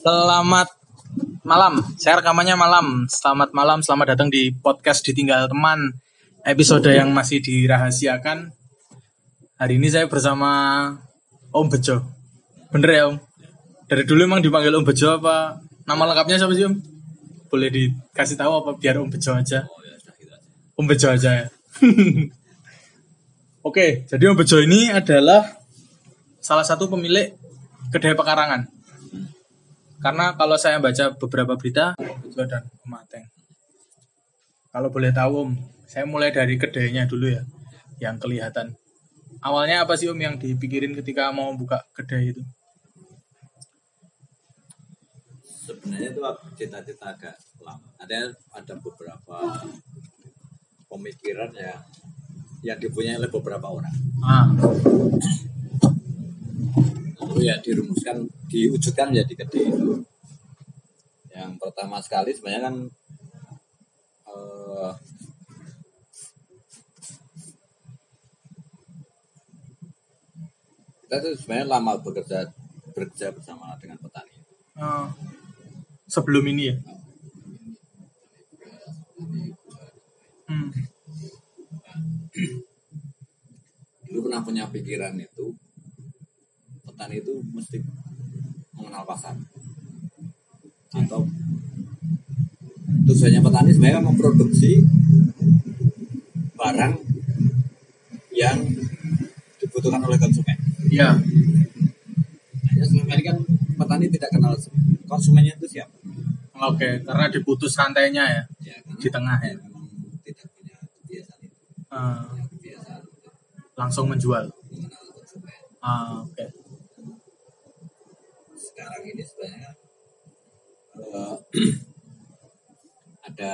Selamat malam, saya rekamannya malam. Selamat malam, selamat datang di podcast Ditinggal Teman. Episode yang masih dirahasiakan. Hari ini saya bersama Om Bejo. Bener ya Om? Dari dulu emang dipanggil Om Bejo apa? Nama lengkapnya siapa sih Om? Boleh dikasih tahu apa biar Om Bejo aja? Om Bejo aja ya. Oke, jadi Om Bejo ini adalah salah satu pemilik kedai pekarangan. Karena kalau saya baca beberapa berita Bejo dan Om Ateng. Kalau boleh tahu Om, saya mulai dari kedainya dulu ya, yang kelihatan. Awalnya apa sih Om yang dipikirin ketika mau buka kedai itu? Sebenarnya itu cita-cita agak lama. Ada beberapa pemikiran yang dipunyai oleh beberapa orang. Lalu ya dirumuskan, diwujudkan menjadi kedai itu. Yang pertama sekali sebenarnya kan kita tuh sebenarnya lama bekerja bersama dengan petani. Sebelum ini ya? Dulu pernah punya pikiran itu, petani itu mesti mengenal pasar. Atau tujuannya petani sebenarnya memproduksi barang yang dibutuhkan oleh konsumen. Iya. Hanya selama ini kan petani tidak kenal konsumennya itu siapa. Oke, karena diputus rantainya ya, di tengah ya. Memang tidak punya kebiasaan itu. Kebiasaan Langsung menjual. mengenal konsumen. Oke. Sekarang ini sebenarnya ada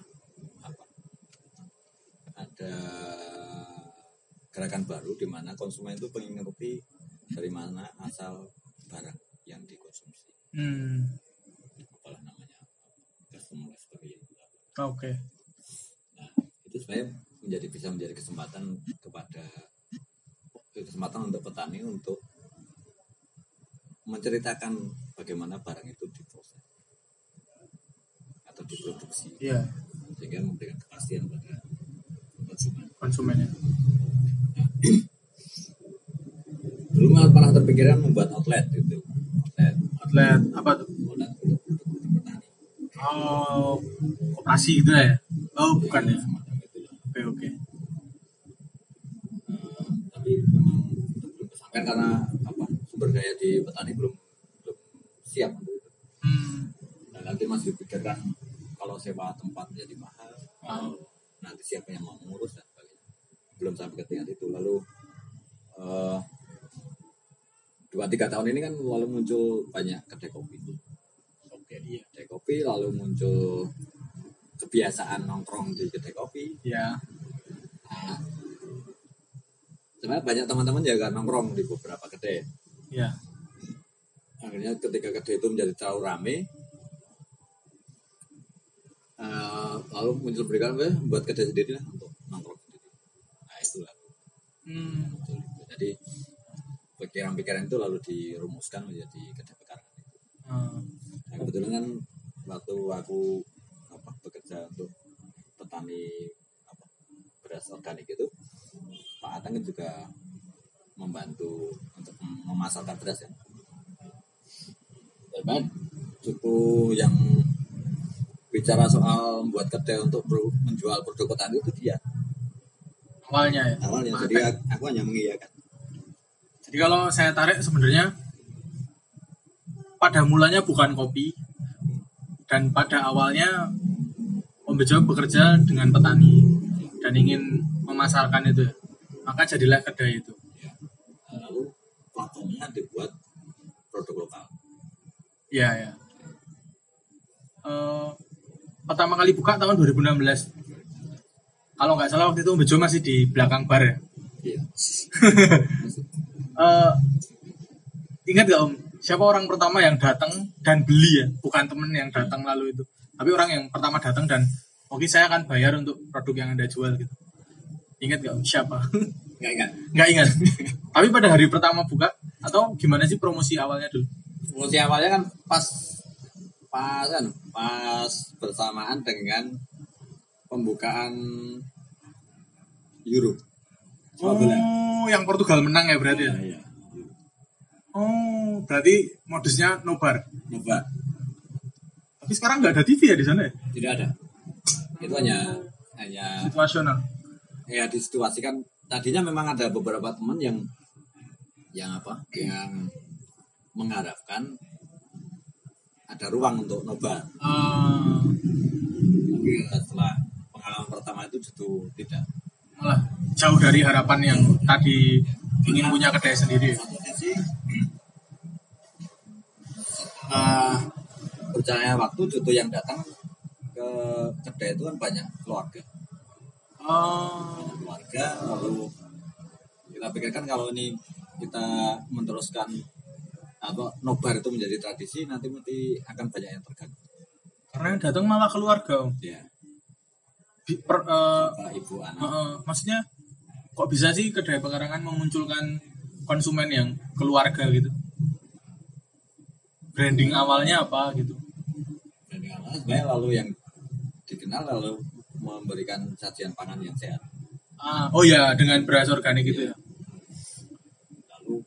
gerakan baru di mana konsumen itu pengen ngerti dari mana asal barang yang dikonsumsi. Apalah namanya, customer experience. Oke. Nah, itu sebenarnya bisa menjadi kesempatan untuk petani untuk menceritakan bagaimana barang itu diproses atau diproduksi. Iya. Sehingga memberikan kepastian pada Konsumennya. Dulu malah pernah terpikiran membuat outlet gitu. Outlet apa tuh? Outlet untuk produk petani. Koperasi gitu ya? Bukan ya? Semacam itulah. Oke. Tapi memang belum kesampaian karena sumber daya di petani belum siap untuk itu. Dan nanti masih dipikirkan kalau sewa tempat jadi mahal. Nanti siapa yang mau mengurus dan sebagainya. Belum sampai ke tingkat itu. Lalu 2-3 tahun ini kan lalu muncul banyak kedai kopi. Oke, iya. Kedai kopi, lalu muncul kebiasaan nongkrong di kedai kopi. Iya. Nah, sebenarnya banyak teman-teman juga nongkrong di beberapa kedai. Iya. Akhirnya ketika kedai itu menjadi terlalu ramai, lalu muncul berikutnya buat kedai sendiri lah untuk nongkrong sendiri. Nah itulah. Jadi pikiran-pikiran itu lalu dirumuskan menjadi kedai pekarangan itu. Nah, kebetulan kan waktu aku bekerja untuk petani beras organik itu, Pak Ateng juga membantu untuk memasarkan beras ya. Dan cukup yang bicara soal membuat kedai untuk menjual produk petani itu dia. Awalnya ya. Jadi aku hanya mengiyakan. Jadi kalau saya tarik sebenarnya pada mulanya bukan kopi dan pada awalnya Om Bejo bekerja dengan petani dan ingin memasarkan itu, maka jadilah kedai itu. Lalu platformnya dibuat produk lokal. Iya. Pertama kali buka tahun 2016. Kalau nggak salah waktu itu Om Bejo masih di belakang bar ya. Iya. Ingat gak Om, siapa orang pertama yang datang dan beli ya? Bukan temen yang datang lalu itu, tapi orang yang pertama datang dan oke, saya akan bayar untuk produk yang Anda jual gitu. Ingat gak Om siapa? Nggak ingat. Tapi pada hari pertama buka atau gimana sih promosi awalnya dulu? Promosi awalnya kan pas pas bersamaan dengan pembukaan Euro. Yang Portugal menang ya berarti ya? Iya. Oh, berarti modusnya nobar. Nobar. Tapi sekarang nggak ada TV ya di sana ya? Tidak ada. Itu hanya situasional. Ya disituasikan. Tadinya memang ada beberapa teman yang mengharapkan ada ruang untuk nobar. Tapi setelah pengalaman pertama itu justru tidak. Malah jauh dari harapan yang tadi ingin punya kedai sendiri. Berjalannya waktu justru yang datang ke kedai itu kan banyak keluarga. Keluarga, lalu kita pikirkan kalau ini kita meneruskan atau nobar itu menjadi tradisi, nanti akan banyak yang terganggu. Karena yang datang malah keluarga. Ya. Ibu anak. Maksudnya kok bisa sih kedai pekarangan memunculkan konsumen yang keluarga gitu? Branding awalnya apa gitu? Branding awalnya sebenarnya lalu yang dikenal lalu memberikan sajian pangan yang sehat. Oh ya, dengan beras organik gitu ya. Lalu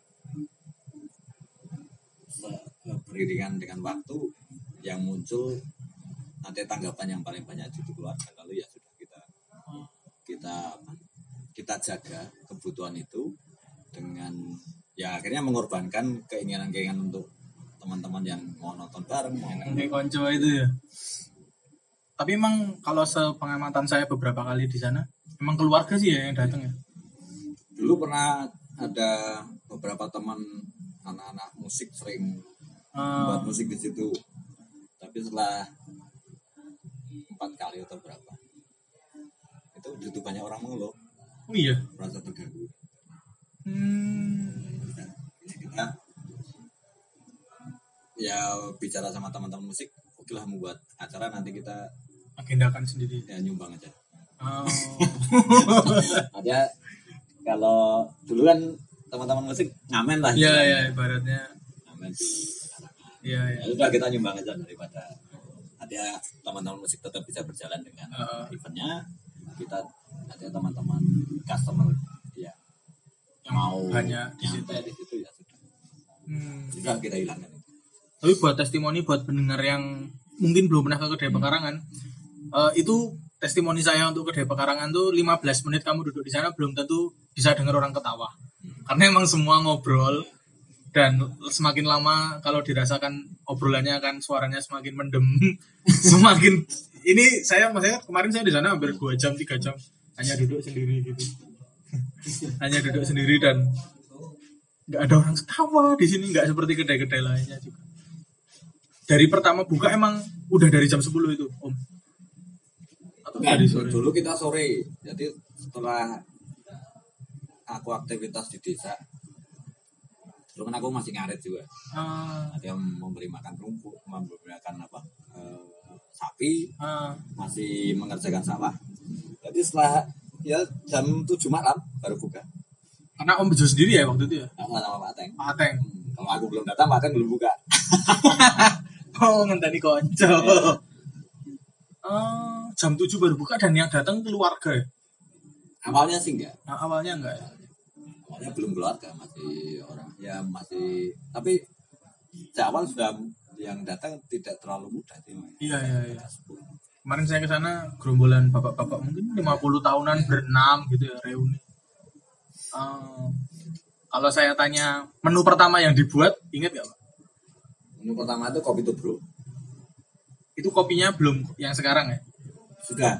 beriringan dengan waktu yang muncul nanti tanggapan yang paling banyak itu keluarga, lalu ya sudah kita jaga kebutuhan itu dengan ya akhirnya mengorbankan keinginan untuk teman-teman yang mau nonton bareng, mau kayak konco itu ya. Tapi emang kalau sepengamatan saya beberapa kali di sana, emang keluarga sih ya yang datang ya. Dulu pernah ada beberapa teman anak-anak musik sering buat musik di situ. Tapi setelah 4 kali atau berapa, itu justru banyak orang mengeluh. Oh iya. Merasa terganggu. Kita ya bicara sama teman-teman musik, oke lah membuat acara nanti kita agendakan sendiri. Ya nyumbang aja. Aja kalau dulu kan teman-teman musik ngamen lah. Iya ibaratnya. Ngamen di Iya. Udah kita nyumbang aja daripada ada teman-teman musik tetap bisa berjalan dengan eventnya. Kita ada teman-teman customer ya mau hanya di situ ya sudah. Sudah kita hilangkan. Tapi buat testimoni buat pendengar yang mungkin belum pernah ke kedai pekarangan, itu testimoni saya untuk kedai pekarangan tuh 15 menit kamu duduk di sana belum tentu bisa dengar orang ketawa. Karena emang semua ngobrol dan semakin lama kalau dirasakan obrolannya akan suaranya semakin mendem. Semakin ini maksudnya kemarin saya di sana hampir 2 jam 3 jam hanya duduk sendiri gitu. Hanya duduk sendiri dan nggak ada orang ketawa di sini, nggak seperti kedai-kedai lainnya juga. Dari pertama buka emang udah dari jam 10 itu, Om? Atau dari sore? Dulu kita sore. Jadi setelah aku aktivitas di desa, dulu kan aku masih ngaret juga. Ada yang memberi makan rumput, memberi makan sapi, masih mengerjakan sawah. Jadi setelah ya jam 7 malam baru buka. Karena Om Bejo sendiri ya waktu itu ya? Sama Pak Teng. Pak Teng. Kalau aku belum datang, Pak Teng belum buka. Oh, ngenteni konco. Jam 7 baru buka dan yang datang keluarga ya? Awalnya sih enggak. Awalnya enggak ya? Awalnya belum keluarga, masih orang. Ya masih, tapi di awal sudah yang datang tidak terlalu muda sih. Iya. Kemarin saya ke sana gerombolan bapak-bapak mungkin 50 tahunan berenam gitu ya, reuni. Kalau saya tanya menu pertama yang dibuat, ingat gak Pak? Menu pertama itu kopi tubruk. Itu kopinya belum yang sekarang ya? Sudah.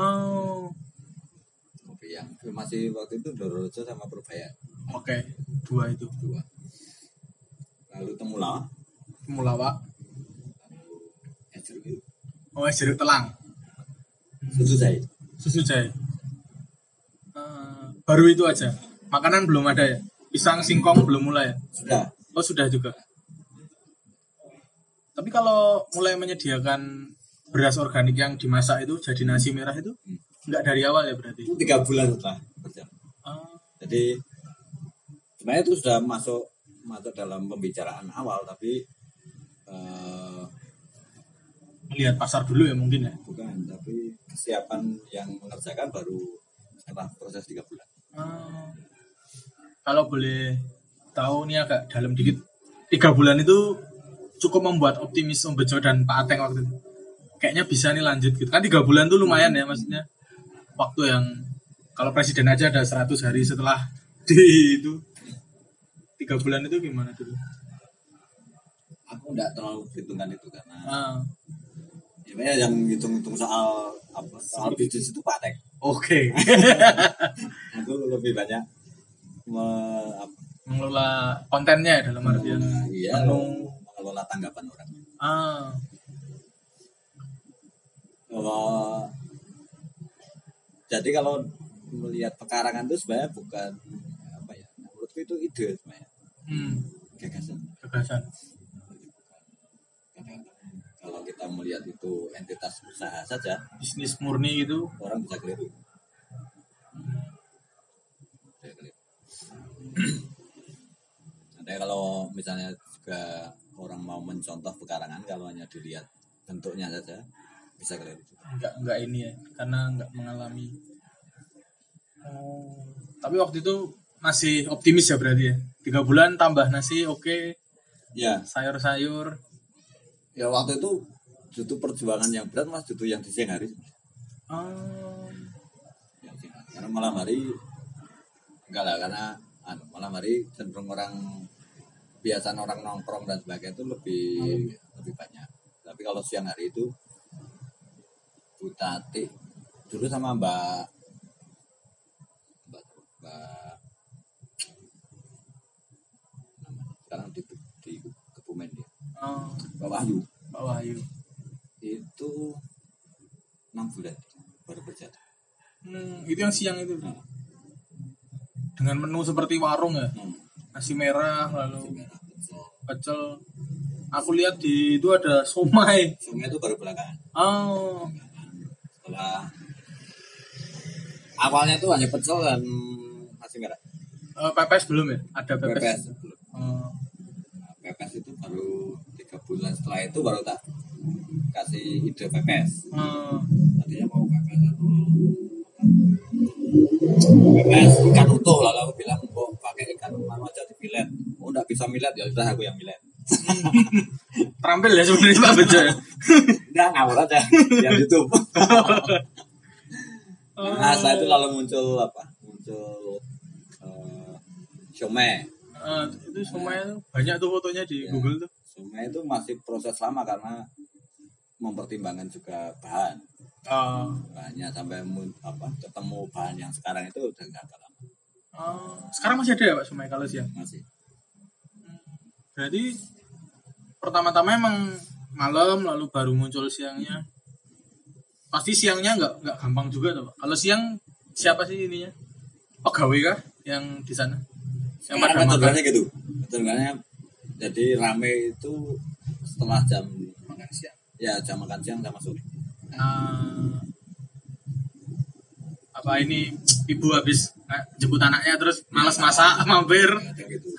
Kopi yang masih waktu itu Dorojo sama Purbaya. Oke, 2 itu. 2. Lalu temulawak. Temulawak. Es jeruk. Es jeruk telang. Susu jahe. Baru itu aja. Makanan belum ada ya? Pisang singkong belum mulai ya? Sudah. Oh sudah juga. Tapi kalau mulai menyediakan beras organik yang dimasak itu jadi nasi merah itu enggak dari awal ya berarti? 3 bulan setelah berjalan. Jadi sebenarnya itu sudah masuk dalam pembicaraan awal, tapi Lihat pasar dulu ya mungkin ya. Bukan, tapi kesiapan yang mengerjakan baru setelah proses 3 bulan. Kalau boleh tahu nih agak dalam dikit, 3 bulan itu cukup membuat optimis Om Bejo dan Pak Ateng waktu itu. Kayaknya bisa nih lanjut gitu. Kan 3 bulan tuh lumayan ya, maksudnya waktu yang kalau presiden aja ada 100 hari setelah di itu. 3 bulan itu gimana dulu? Aku enggak terlalu perhitungan itu karena ya yang hitung-hitung soal bisnis itu Pak Ateng. Oke. Aku lebih banyak mengelola kontennya ya dalam artian iya, mengelola tanggapan orang. Jadi kalau melihat pekarangan itu sebenarnya bukan apa ya, menurutku itu ide sebenarnya. Gagasan. Kalau kita melihat itu entitas usaha saja, bisnis murni itu, orang bisa keliru. Nanti kalau misalnya juga orang mau mencontoh pekarangan, kalau hanya dilihat bentuknya saja bisa keliru. Enggak ini ya, karena enggak mengalami. Tapi waktu itu masih optimis ya berarti ya. 3 bulan tambah nasi oke. Ya. Sayur-sayur. Ya waktu itu justru perjuangan yang berat mas, justru yang di siang hari. Karena malam hari enggak lah, karena malam hari cenderung orang biasa orang nongkrong dan sebagainya itu lebih banyak. Tapi kalau siang hari itu Bu Tati dulu sama Mbak sekarang di Kebumen dia. Mbak Wahyu itu 6 bulan baru berjalan. Itu yang siang itu. Dengan menu seperti warung ya. Nasi merah lalu pecel. Aku lihat di itu ada somai. Somai itu baru belakangan. Setelah awalnya itu hanya pecel dan nasi merah. Pepes belum ya? Ada pepes. Belum. Pepes itu baru 3 bulan setelah itu baru tak kasih ide pepes. Tadinya mau pepes ikan utuh, lalu aku bilang kok pakai ikan mana aja di filet. Oh enggak bisa milet, ya udah aku yang milet. Terampil ya sebenarnya Pak Bejo ya. Enggak ngawur aja yang YouTube. Nah setelah itu lalu muncul siomay. Itu siomay banyak tuh fotonya di Google tuh. Siomay itu masih proses lama karena mempertimbangkan juga bahan. Bahannya sampai ketemu bahan yang sekarang itu udah nggak lama. Sekarang masih ada ya Pak siomay kalau siang? Masih. Berarti pertama-tama emang malam lalu baru muncul siangnya. Pasti siangnya nggak gampang juga tuh Pak. Kalau siang siapa sih ininya? Pegawai kah yang di sana? Yang pada makan gitu. Sebenarnya jadi rame itu setelah jam makan siang. Ya jam makan siang sama sore. Apa ini ibu habis jemput anaknya terus malas masak mampir. Ya, gitu.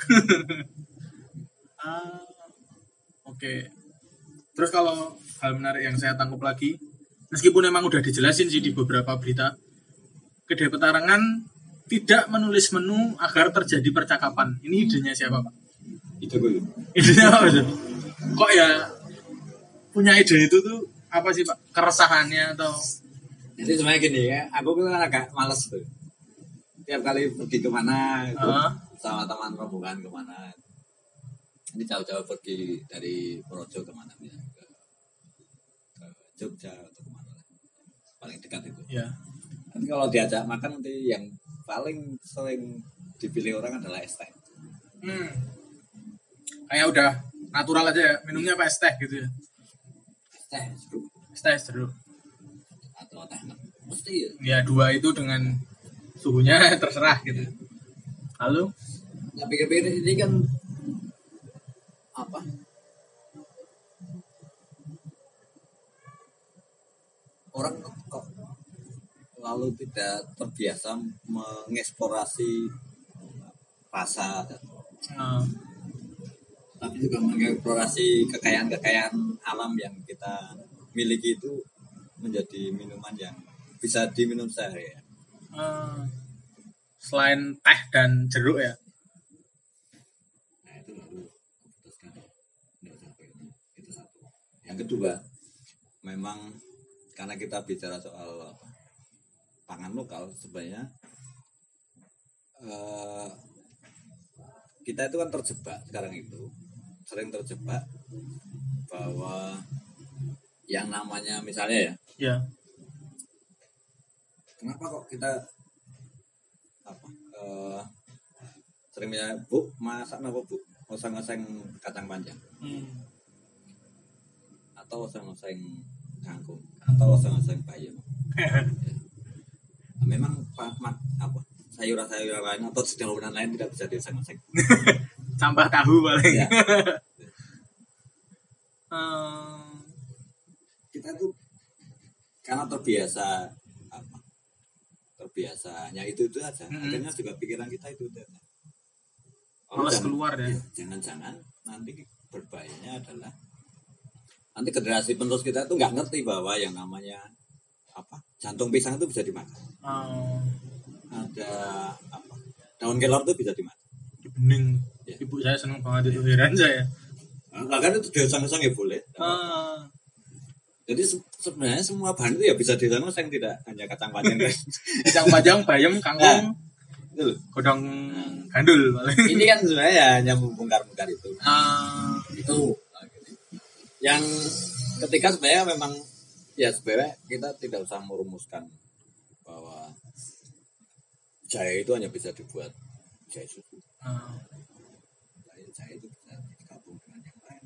Oke. Terus kalau hal menarik yang saya tangkap lagi, meskipun memang udah dijelasin sih di beberapa berita, Kedai Petarangan tidak menulis menu agar terjadi percakapan. Ini idenya siapa Pak? Ide gue. Idenya apa tuh? Kok ya punya ide itu tuh apa sih Pak? Keresahannya atau? Jadi sebenarnya gini ya, aku kan agak males tuh. Tiap kali pergi kemana, sama teman rombongan kemana. Ini jauh-jauh pergi dari Projo kemana ya, ke Jogja atau kemana, paling dekat itu. Ya. Nanti kalau diajak makan nanti yang paling sering dipilih orang adalah es teh. Kayak udah natural aja ya, minumnya apa es teh gitu ya? Es teh jeruk. Atau teh mesti ya. Ya 2 itu dengan suhunya terserah gitu. Lalu? Ya pikir-pikir ini kan apa? Orang kok lalu tidak terbiasa mengeksplorasi rasa, tapi juga mengeksplorasi kekayaan alam yang kita miliki itu menjadi minuman yang bisa diminum sehari. Selain teh dan jeruk ya. Nah itu lalu putuskan nggak sampai itu satu. Yang kedua, memang karena kita bicara soal pangan lokal, sebenarnya kita itu kan terjebak sekarang itu, sering terjebak bahwa yang namanya misalnya ya. Kenapa kok kita seringnya Bu masak apa Bu ngoseng-ngoseng kacang panjang atau ngoseng-ngoseng kangkung atau ngoseng-ngoseng bayam. Nah, memang sayuran-sayuran lain atau dedaunan lain tidak bisa dioseng-oseng. Tambah tahu paling. Ya. Kita tuh karena terbiasanya itu aja. Akhirnya juga pikiran kita itu aja. Malas keluar ya. Jangan-jangan nanti berbahayanya adalah nanti generasi penerus kita tuh nggak ngerti bahwa yang namanya jantung pisang itu bisa dimakan. Ada daun kelor itu bisa dimakan. Bening. Ya. Ibu saya senang banget itu, heran saya. Kan itu dioseng-oseng ya boleh. Jadi sebenarnya semua bahan itu ya bisa dioseng, tidak hanya kacang panjang. Kacang panjang, bayam, kangkung, godong gandul. Ini kan sebenarnya ya hanya membongkar-bongkar itu. Itu yang ketika sebenarnya memang ya sebenarnya kita tidak usah merumuskan bahwa jahe itu hanya bisa dibuat jahe susu. Jahe itu bisa digabung dengan yang lain.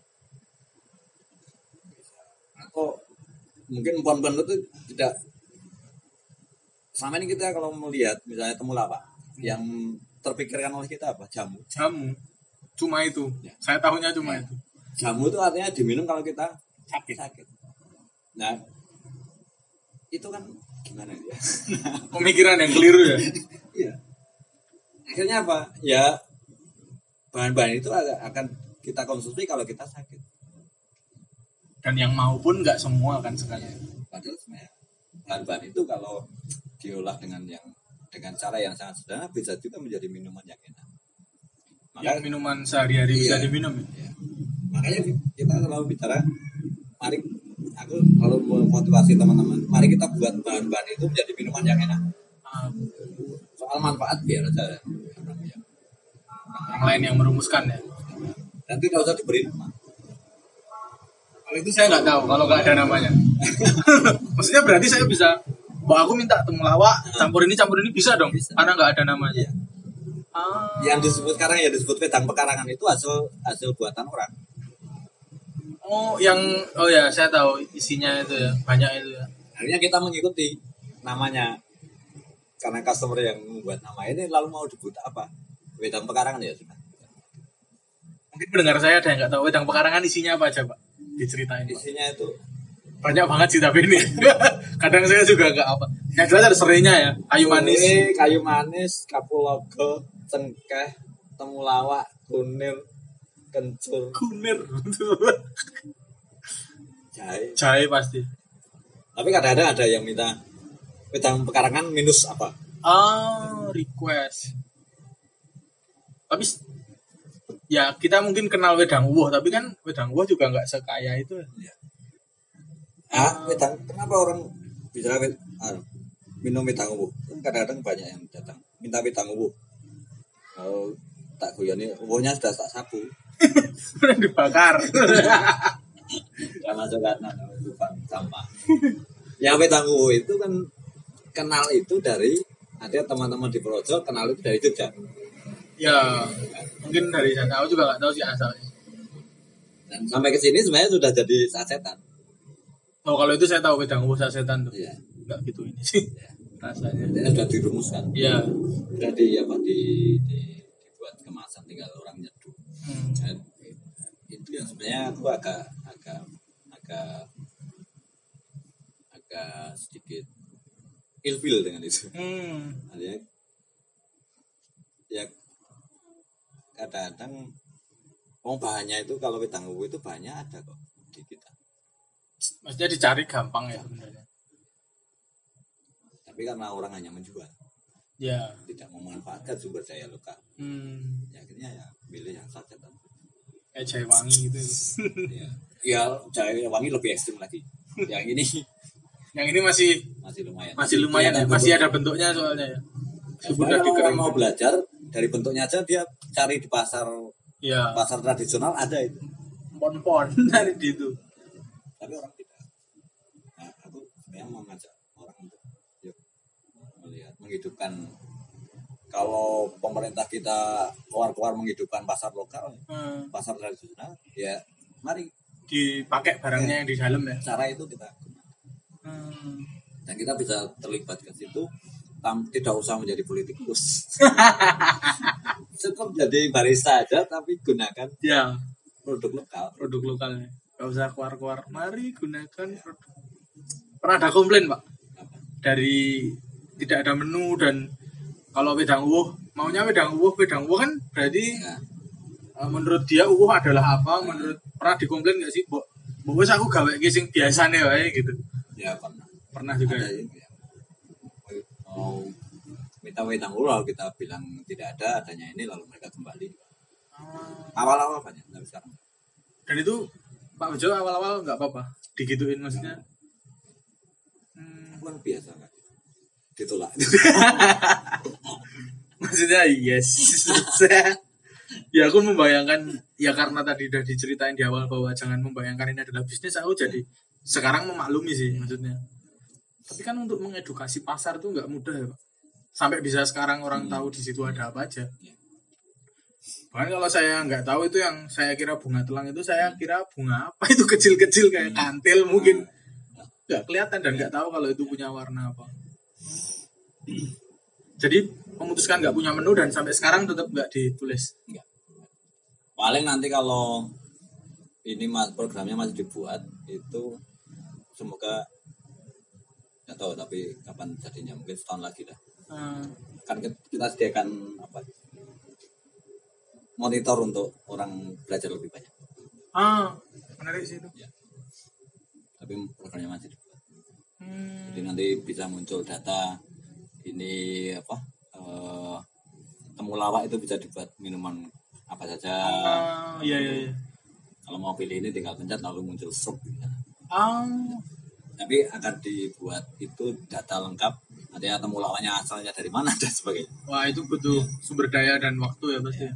Atau mungkin empon-empon itu tidak. Selama ini kita kalau melihat misalnya temulawak yang terpikirkan oleh kita apa? Jamu. Cuma itu. Ya. Saya tahunya cuma itu. Jamu itu artinya diminum kalau kita sakit. Nah, itu kan gimana ya? Pemikiran yang keliru ya. Iya. Akhirnya apa? Ya bahan-bahan itu akan kita konsumsi kalau kita sakit. Dan yang mau pun nggak semua kan sekali. Padahal sebenarnya bahan-bahan itu kalau diolah dengan cara yang sangat sederhana bisa juga menjadi minuman yang enak. Yang minuman sehari-hari bisa diminum ya. Iya. Makanya kita selalu bicara, mari aku kalau memotivasi teman-teman, mari kita buat bahan-bahan itu menjadi minuman yang enak. Soal manfaat biar aja yang lain yang merumuskan ya. Dan tidak usah diberi nama. Kalau itu saya nggak tahu kalau nggak ada namanya. Maksudnya berarti saya bisa, aku minta temulawak campur ini bisa dong, bisa. Karena nggak ada namanya. Ya. Yang disebut sekarang disebut wedang pekarangan itu hasil buatan orang. Ya saya tahu isinya itu ya, banyak itu ya. Akhirnya kita mengikuti namanya karena customer yang membuat nama ini lalu mau dibuat apa? Wedang pekarangan ya sudah. Mungkin pendengar saya ada yang nggak tahu wedang pekarangan isinya apa aja Pak? Diceritain. Isinya itu banyak banget sih tapi ini. Kadang saya juga nggak apa. Yang jelas ada serainya ya, kayu manis, kapulaga, cengkeh, temulawak, kunir, kencur. Jahe pasti. Tapi kadang-kadang ada yang minta wedang pekarangan minus apa? Request. Tapi ya kita mungkin kenal wedang uwuh, tapi kan wedang uwuh juga nggak sekaya itu. Ya. Wedang, kenapa orang bisa minum wedang uwuh? Kadang-kadang banyak yang datang minta wedang uwuh. Oh, tak guyoni uwuhnya sudah tak sapu. Dibakar. Gak masuk kanan, bukan sampah. Yang wedang uwuh itu kan kenal itu dari ada teman-teman di Projo kenal itu dari Jogja. Ya, mungkin dari sana. Aku juga nggak tahu sih asalnya. Dan sampai ke sini sebenarnya sudah jadi sasetan. Oh, kalau itu saya tahu wedang uwuh sasetan tuh. Iya. Nggak gitu ini sih. Ya. Rasanya. Ini sudah dirumuskan. Iya. Sudah dibuat kemasan, tinggal orang nyeduh. Dan itu yang sebenarnya aku agak sedikit ilfil dengan itu. Artinya ya kadang-kadang bahannya itu kalau wedang uwuh itu banyak ada kok di kita. Maksudnya dicari gampang ya sebenarnya. Tapi karena orang hanya menjual, Ya. tidak memanfaatkan sumber daya lokal, ya akhirnya ya pilih yang saja. Kayak Jayawangi gitu. Ya Jayawangi lebih ekstrim lagi. Yang ini masih lumayan ya, masih ada bentuknya soalnya ya. Sudah kalau mau belajar dari bentuknya aja dia cari di pasar. Ya. Pasar tradisional ada itu. Pon-pon dari itu. Tapi orang tidak. Nah, aku sebenarnya mau ngajak orang untuk melihat menghidupkan. Kalau pemerintah kita keluar menghidupkan pasar lokal, pasar tradisional, ya mari dipakai barangnya yang di dalam ya. Cara itu kita dan kita bisa terlibat ke situ, tidak usah menjadi politikus. Cukup jadi barista aja, tapi gunakan produk lokalnya. Gak usah keluar. Mari gunakan produk. Pernah ada komplain Pak dari tidak ada menu, dan kalau wedang uwuh maunya wedang uwuh kan berarti menurut dia uwuh adalah apa? Menurut pernah dikomplain nggak sih, wes aku gawe iki sing biasane wae gitu. Ya pernah juga. Ya. Mau minta wedang uwuh kita bilang tidak ada, adanya ini, lalu mereka kembali. Awal-awal banyak, tapi sekarang. Dan itu Pak Bejo awal-awal nggak apa-apa digituin maksudnya. Bukan biasa kan, ditolak. Maksudnya yes. Ya aku membayangkan, ya karena tadi udah diceritain di awal bahwa jangan membayangkan ini adalah bisnis, aku jadi sekarang memaklumi sih maksudnya. Tapi kan untuk mengedukasi pasar itu nggak mudah ya Pak. Sampai bisa sekarang orang tahu di situ ada apa aja. Bahkan kalau saya nggak tahu itu yang saya kira bunga telang itu, saya kira bunga apa itu kecil-kecil kayak kantil mungkin. Nggak kelihatan dan nggak tahu kalau itu punya warna apa. Jadi memutuskan nggak punya menu dan sampai sekarang tetap nggak ditulis. Enggak. Paling nanti kalau ini programnya masih dibuat, itu semoga nggak tahu, tapi kapan jadinya, mungkin setahun lagi lah. Kan kita sediakan monitor untuk orang belajar lebih banyak. Menarik sih itu. Ya. Tapi programnya masih dibuat. Jadi nanti bisa muncul data ini temulawak itu bisa dibuat minuman apa saja. Iya. Kalau mau pilih ini tinggal pencet lalu muncul stroke. Tapi akan dibuat itu data lengkap, artinya temulawaknya asalnya dari mana dan sebagainya. Wah, itu butuh sumber daya dan waktu ya pasti.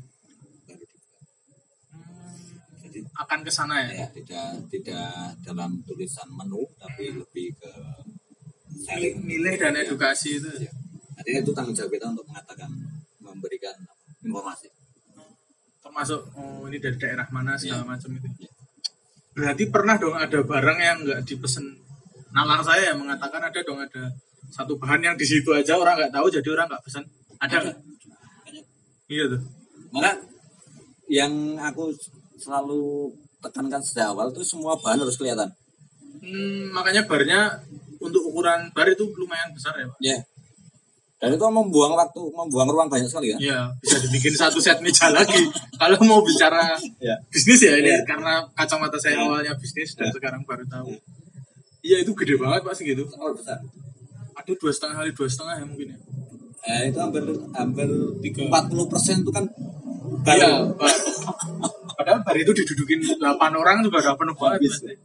Jadi akan ke sana ya. Tidak dalam tulisan menu, tapi lebih ke milih dan edukasi itu. Ya. Artinya itu tanggung jawab kita untuk memberikan informasi. Termasuk ini dari daerah mana segala macam itu. Berarti pernah dong ada barang yang nggak dipesen. Nalar saya mengatakan ada satu bahan yang di situ aja orang nggak tahu, jadi orang nggak pesan. Ada nggak? Iya tuh. Malah yang aku selalu tekankan sejak awal itu semua bahan harus kelihatan. Makanya barnya untuk ukuran bar itu lumayan besar ya Pak. Iya. Dan itu membuang ruang banyak sekali kan? Iya, bisa dibikin satu set meja lagi. Kalau mau bicara bisnis ya ini karena kacamata saya awalnya bisnis dan sekarang baru tahu. Iya, itu gede banget Pak segitu. Oh, besar. Ada 2,5 kali 2,5 ya mungkin ya. Itu hampir 40% itu kan bar. Iya, padahal bar itu didudukin 8 orang juga udah penuh banget.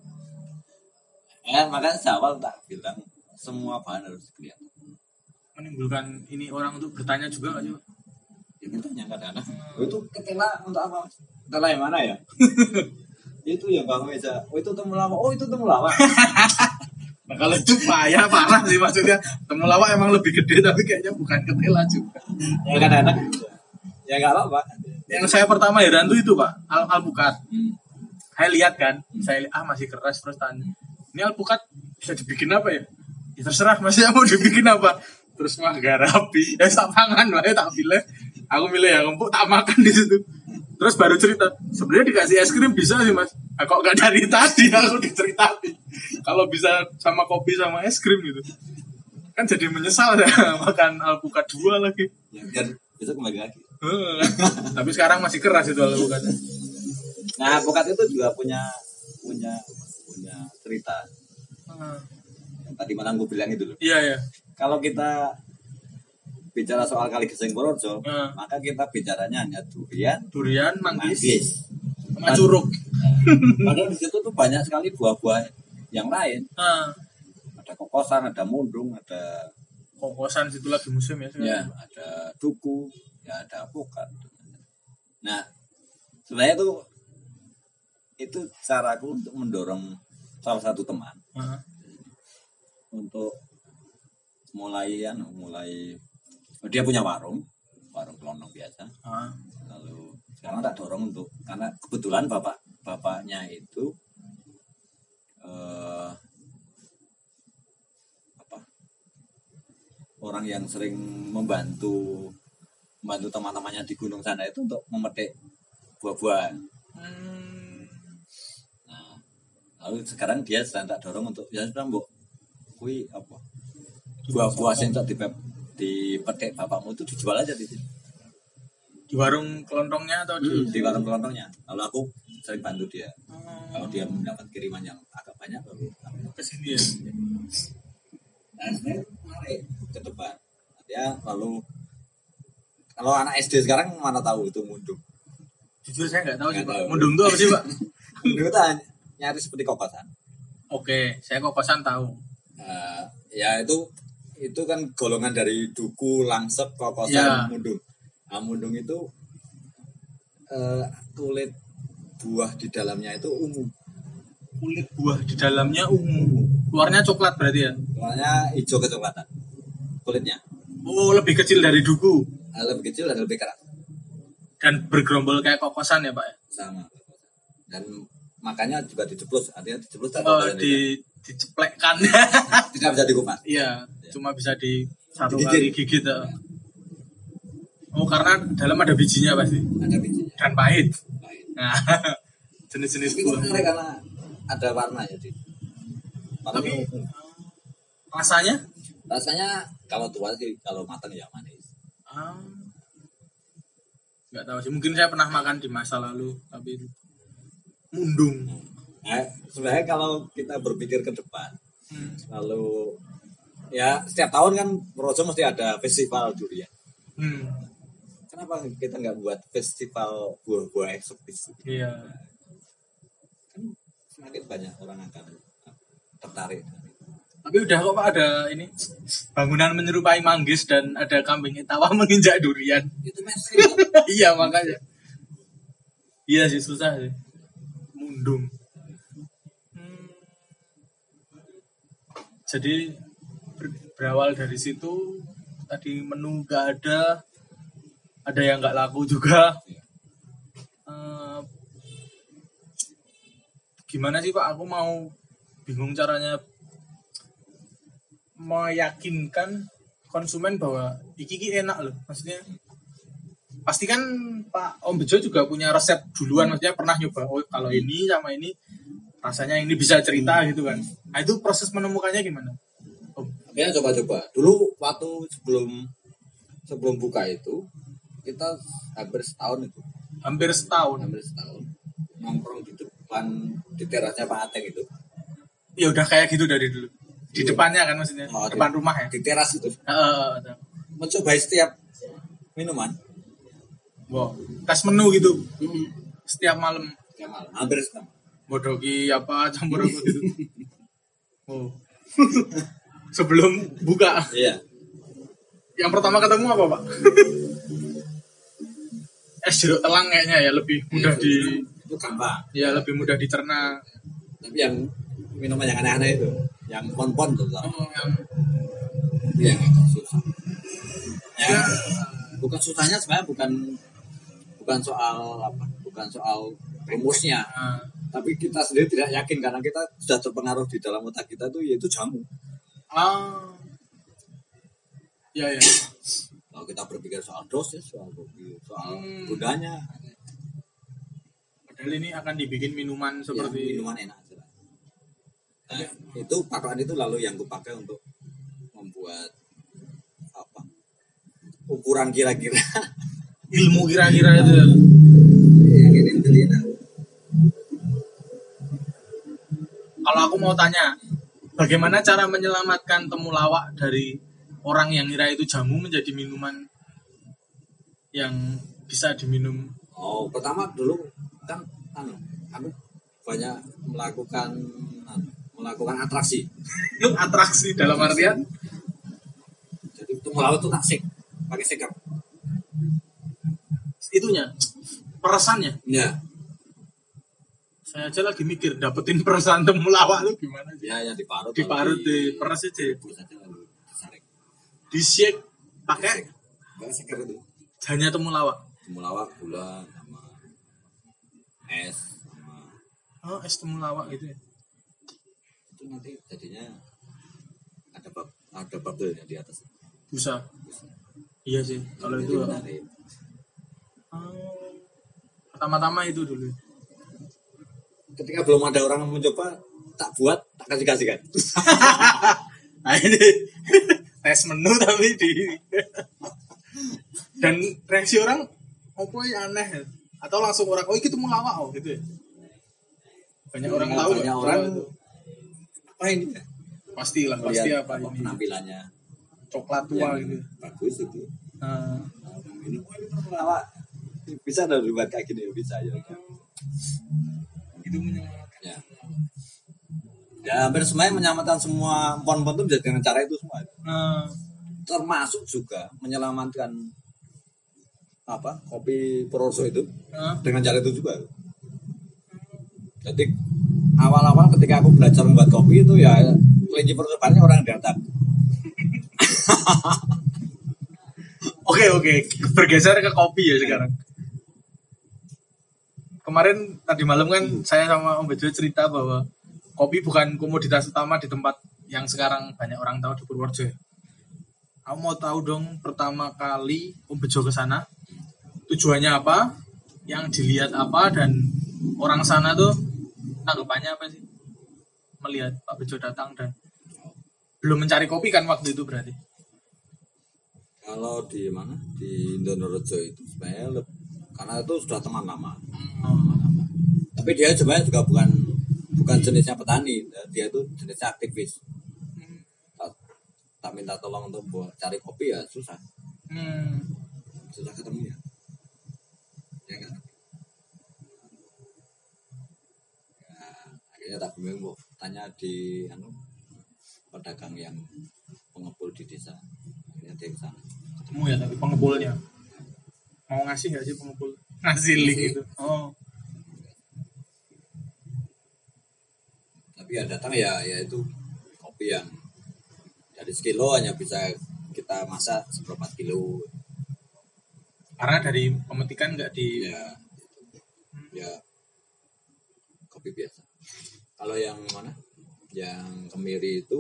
Makanya sejak awal tak bilang semua bahan harus kelihatan. Menimbulkan ini orang untuk bertanya juga nggak sih Pak? Ya bertanya kadang-kadang. Itu ketela untuk apa? Ketela yang mana ya? Itu yang bang meja. Itu temulawak. Itu temulawak. Nah kalau itu parah sih maksudnya. Temulawak emang lebih gede tapi kayaknya bukan ketela juga. Ya kadang-kadang. Ya nggak apa-apa. Yang saya pertama heran tuh itu Pak, alpukat. Saya lihat kan, saya masih keras terus tanya. Ini alpukat bisa dibikin apa ya? Ya terserah masih mau dibikin apa. Terus mah gak rapi. Tak pangan wae tak pilih. Aku milih yang empuk tak makan di situ. Terus baru cerita, sebenarnya dikasih es krim bisa sih Mas. Kok gak dari tadi aku diceritain. Kalau bisa sama kopi sama es krim gitu. Kan jadi menyesal ya makan alpukat 2 lagi. Ya biar bisa kembali lagi. Tapi sekarang masih keras itu alpukatnya. Nah, alpukat itu juga punya cerita. Yang tadi malam gue bilang itu loh. Iya. Kalau kita bicara soal Kali Geseng Purworejo, maka kita bicaranya hanya durian, manggis, sama curug. Padahal di situ tuh banyak sekali buah-buah yang lain. Ada kokosan, ada mundung, ada kokosan situ lagi musim ya. Ya, ada duku, ya ada alpukat. Nah, sebenarnya itu caraku untuk mendorong salah satu teman untuk mulai dia punya warung kelonong biasa. Lalu sekarang tak dorong untuk, karena kebetulan bapaknya itu orang yang sering membantu teman-temannya di gunung sana itu untuk memetik buah-buah. Nah, lalu sekarang dia sedang tak dorong untuk ya sudah mbok kui apa buah-buah sing tok dipetik bapakmu itu dijual aja di sini. Di warung kelontongnya atau di warung kelontongnya. Lalu aku sering bantu dia. Kalau dia mendapat kiriman yang agak banyak lalu ke sini ya. Nah, saya menarik ke depan. Ya, lalu kalau anak SD sekarang mana tahu itu mundung. Jujur saya nggak tahu sih Pak. Mundung itu apa sih Pak? Mundung itu nyaris seperti kokosan. Oke, saya kokosan tahu. Ya itu kan golongan dari duku, langsep, kokosan, mundung. Nah, mundung itu kulit buah di dalamnya itu ungu. Kulit buah di dalamnya ungu. Luarnya coklat berarti ya? Luarnya hijau kecoklatan. Kulitnya. Oh, lebih kecil dari duku. Lebih kecil dan lebih keras. Dan bergerombol kayak kokosan ya Pak? Sama. Dan makanya juga diceplus. Artinya diceplus diceplekkan. Tidak bisa dikupas. Iya, cuma bisa di satu kali gigit. Oh, karena dalam ada bijinya pasti. Ada bijinya. Dan pahit. Nah, jenis-jenis buah. Karena ada warna jadi. Tapi rasanya kalau tua sih, kalau matang ya manis. Nggak tahu sih, mungkin saya pernah makan di masa lalu, tapi mundung. Sebenarnya kalau kita berpikir ke depan, lalu ya setiap tahun kan Purworejo mesti ada festival durian. Kenapa kita nggak buat festival buah-buah eksotis? Iya. Kan semakin banyak orang akan tertarik. Tapi udah kok Pak, ada ini bangunan menyerupai manggis dan ada kambing tawa menginjak durian. Itu mainstream. Iya makanya. Iya sih susah sih. Mundung. Jadi berawal dari situ tadi menu gak ada yang nggak laku juga. Gimana sih Pak? Aku mau bingung caranya meyakinkan konsumen bahwa iki enak loh. Maksudnya pasti kan Pak Om Bejo juga punya resep duluan, maksudnya pernah nyoba. Oh kalau ini sama ini rasanya ini bisa cerita gitu kan. Nah itu proses menemukannya gimana? Ya coba-coba. Dulu waktu sebelum buka itu kita hampir setahun itu. Hampir setahun nongkrong di depan di terasnya Pak Ateng itu. Ya udah kayak gitu dari dulu. Di depannya kan maksudnya, depan rumah ya. Di teras itu. Mencoba setiap minuman. Wow, tes menu gitu. Setiap malam. Hampir setahun. Bodoki apa campur apa gitu. Oh. Sebelum buka. Iya. Yang pertama ketemu apa Pak? Es jeruk telang kayaknya ya, lebih mudah itu gampang. Ya lebih mudah dicerna. Tapi yang minuman yang aneh-aneh itu, yang pon-pon tuh. Yang susah. Ya, bukan susahnya sebenarnya bukan soal apa, bukan soal rumusnya. Tapi kita sendiri tidak yakin karena kita sudah terpengaruh di dalam otak kita tuh yaitu jamu. Ya. Kalau kita berpikir soal dosis, soal gunanya. Padahal ini akan dibikin minuman seperti minuman enak. Nah, itu patokan itu lalu yang kupakai untuk membuat apa? Ukuran kira-kira. Ilmu kira-kira itu. Yang ini beli. Kalau aku mau tanya, bagaimana cara menyelamatkan temulawak dari orang yang ngira itu jamu menjadi minuman yang bisa diminum? Oh, pertama dulu kan aku banyak melakukan atraksi. Atraksi dalam artian? Jadi temulawak itu tak pakai seker. Itunya, perasannya. Ya. Saya aja lagi mikir dapetin perasaan temulawak itu gimana sih? Ya, yang diparut di peras aja. Terus aja lalu disaring. Di shake pakai seker itu. hanya temulawak. Temulawak, gula, sama es, sama es temulawak gitu ya. Itu nanti jadinya ada bubble di atas. Busa. Iya sih, kalau itu. Pertama-tama itu dulu. Ketika belum ada orang mencoba, tak buat, tak kasih-kasihkan. Nah ini tes menu tapi dan reaksi orang apa ya aneh atau langsung orang itu temulawak gitu ya. Banyak orang tahu. Banyak orang apa ini ya? Pasti apa ini. Penampilannya coklat tua gitu. Bagus itu. Ini temulawak. Bisa ada dibuat kayak gini bisa ya. Itu menyelamatkan. Ya hampir semuanya menyelamatkan semua pon-pon itu bisa dengan cara itu semua. Termasuk juga menyelamatkan kopi Purworejo itu dengan cara itu juga. Jadi awal-awal ketika aku belajar membuat kopi itu ya kelinci percobaannya orang datang. Oke, bergeser ke kopi ya sekarang. Kemarin tadi malam kan saya sama Om Bejo cerita bahwa kopi bukan komoditas utama di tempat yang sekarang banyak orang tahu di Purworejo. Aku mau tahu dong pertama kali Om Bejo ke sana tujuannya apa, yang dilihat apa, dan orang sana tuh tanggapannya apa sih melihat Pak Bejo datang dan belum mencari kopi kan waktu itu berarti. Kalau di mana di Indonesia itu sebenarnya karena itu sudah teman lama. Tapi dia sebenarnya juga bukan jenisnya petani, dia itu jenisnya aktivis. Tak minta tolong untuk cari kopi ya susah. Susah ketemu ya. Ya kan. Ya, akhirnya tak bingung tanya di pedagang yang pengepul di desa. Akhirnya dia ke sana. Ketemu ya tapi pengepulnya. Mau ngasih nggak sih pengepul? Ngasih link itu. Oh. Tapi ya datang ya itu kopi yang dari sekilo hanya bisa kita masak seberapa kilo. Karena dari pemetikan nggak di ya kopi biasa. Kalau yang mana? Yang kemiri itu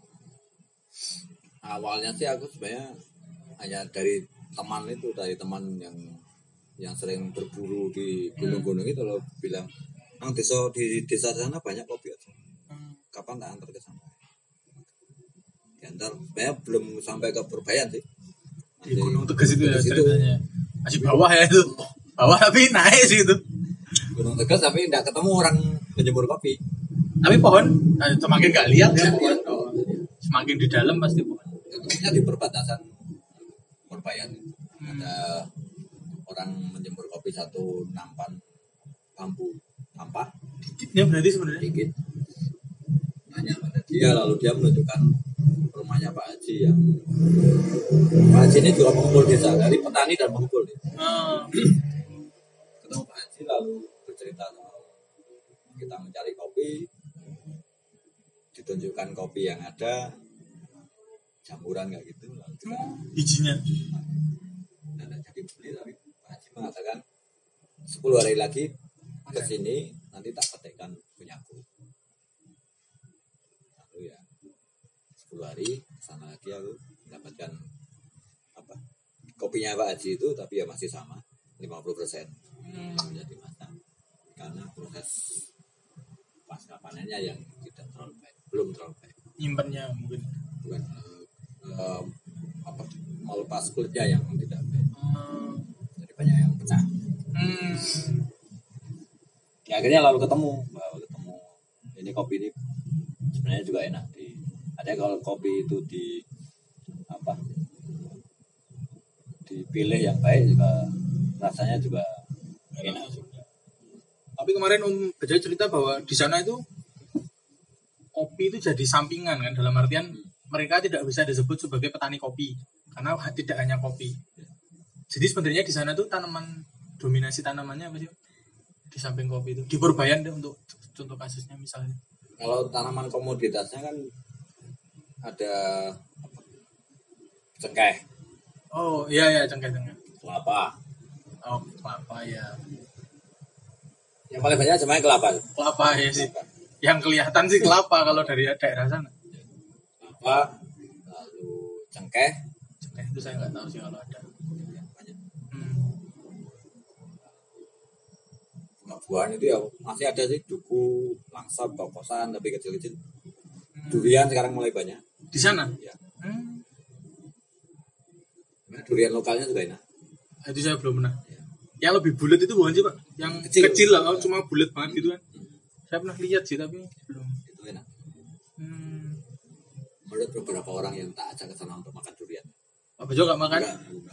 awalnya sih aku sebenarnya hanya dari teman yang sering berburu di gunung-gunung itu loh bilang, di desa sana banyak kopi aja. Kapan tak antar ke sana? Diantar, sebenarnya belum sampai ke Purbayan sih. Di Gunung Tegas itu ya ceritanya. Masih bawah ya itu. Bawah tapi naik sih itu. Gunung Tegas tapi tidak ketemu orang menjemur kopi. Tapi pohon semakin nggak lihat ya pohon. Semakin di dalam pasti pohon. Ketemunya di perbatasan Purbayan. Ada orang menjemur kopi satu nampan bambu sampah. Dikitnya berarti sebenarnya. Dikit. Tanya pada dia lalu dia menunjukkan rumahnya Pak Haji yang Pak Haji ini juga pengumpul desa dari petani dan pengumpul. Ketemu Pak Haji lalu bercerita soal kita mencari kopi, ditunjukkan kopi yang ada, campuran kayak gitu lalu kita bijinya. Dan jadi beli tapi Pak Haji mengatakan 10 hari lagi ke sini nanti tak petikkan punyaku. Lalu ya 10 hari sana lagi aku mendapatkan kopinya Pak Haji itu tapi ya masih sama 50% menjadi matang karena proses pasca panennya yang tidak terlalu baik, belum terlalu baik. Nyimpannya mungkin bukan melepas kulitnya yang tidak baik. Jadi banyak yang pecah. Ya akhirnya lalu ketemu ini kopi ini sebenarnya juga enak. Ada kalau kopi itu dipilih yang baik juga rasanya juga enak juga. Tapi kemarin Om Bejo cerita bahwa di sana itu kopi itu jadi sampingan kan, dalam artian mereka tidak bisa disebut sebagai petani kopi karena tidak hanya kopi. Jadi sebenarnya di sana tuh dominasi tanamannya apa sih di samping kopi itu? Di Purbayan deh untuk contoh kasusnya misalnya. Kalau tanaman komoditasnya kan ada cengkeh. Oh iya cengkeh. Kelapa. Oh kelapa ya. Yang paling banyak sebenarnya kelapa. Kelapa ya sih. Yang kelihatan sih kelapa kalau dari daerah sana. Kelapa, lalu cengkeh. Cengkeh itu saya nggak tahu sih kalau ada. Buah-buahan itu ya masih ada sih, duku, langsa, kokosan tapi kecil-kecil. Durian sekarang mulai banyak. Di sana? Ya. Durian lokalnya juga enak. Itu saya belum pernah. Ya. Yang lebih bulat itu bukan sih Pak? Yang kecil lah, cuma bulat banget gitu kan. Saya pernah lihat sih tapi belum. Itu enak. Menurut beberapa orang yang tak ajak ke sana untuk makan durian. Apa juga nggak makan?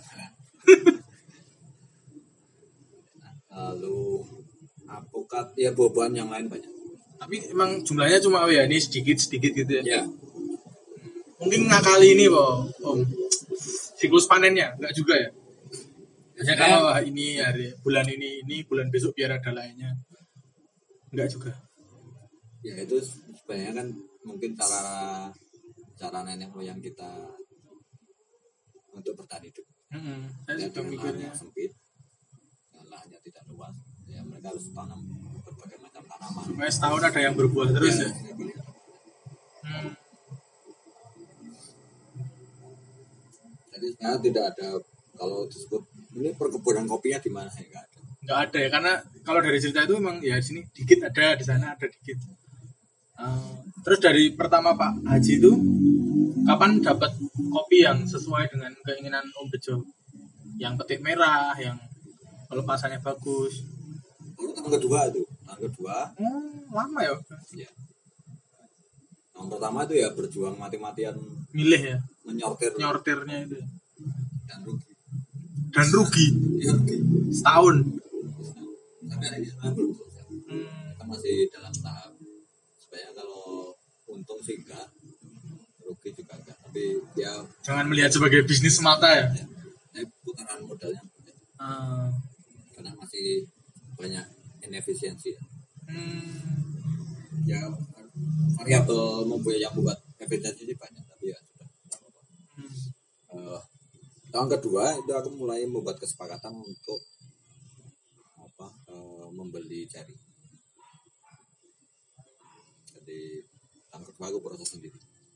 Lalu apokat, ya buah-buahan yang lain banyak. Tapi emang jumlahnya cuma ini sedikit gitu ya? Ya. Mungkin ngakali ini Om. Siklus panennya enggak juga ya? Hanya kalau ini hari bulan ini bulan besok biar ada lainnya. Enggak juga. Ya itu sebenarnya kan mungkin cara nenek moyang kita untuk bertahan hidup. Saya juga mikirnya sempit, lahannya tidak luas. Ya mereka harus tanam berbagai macam tanaman. Supaya setahun ada yang berbuah terus ya. Jadi sebenarnya tidak ada, kalau disebut ini perkebunan kopinya di mana, ya enggak ada. Enggak ada ya, karena kalau dari cerita itu memang ya di sini dikit ada, di sana ada dikit. Terus dari pertama Pak Haji itu kapan dapat kopi yang sesuai dengan keinginan Om Bejo? Yang petik merah, yang pelepasannya bagus. Tahun kedua. Lama ya? Ya. Yang pertama itu ya berjuang mati-matian milih ya, nyortirnya itu dan rugi ya, setahun. Tapi hari ini sebenarnya belum selesai. Kita masih dalam tahap supaya kalau untung sih enggak, rugi juga enggak, tapi ya jangan melihat sebagai bisnis semata ya. Putaran modalnya karena masih banyak inefisiensi ya. Variabel yang membuat efisiensi ini banyak, tapi ya sudah. Tahun kedua itu aku mulai membuat kesepakatan untuk membeli jari. Jadi tahun kedua aku proses sendiri.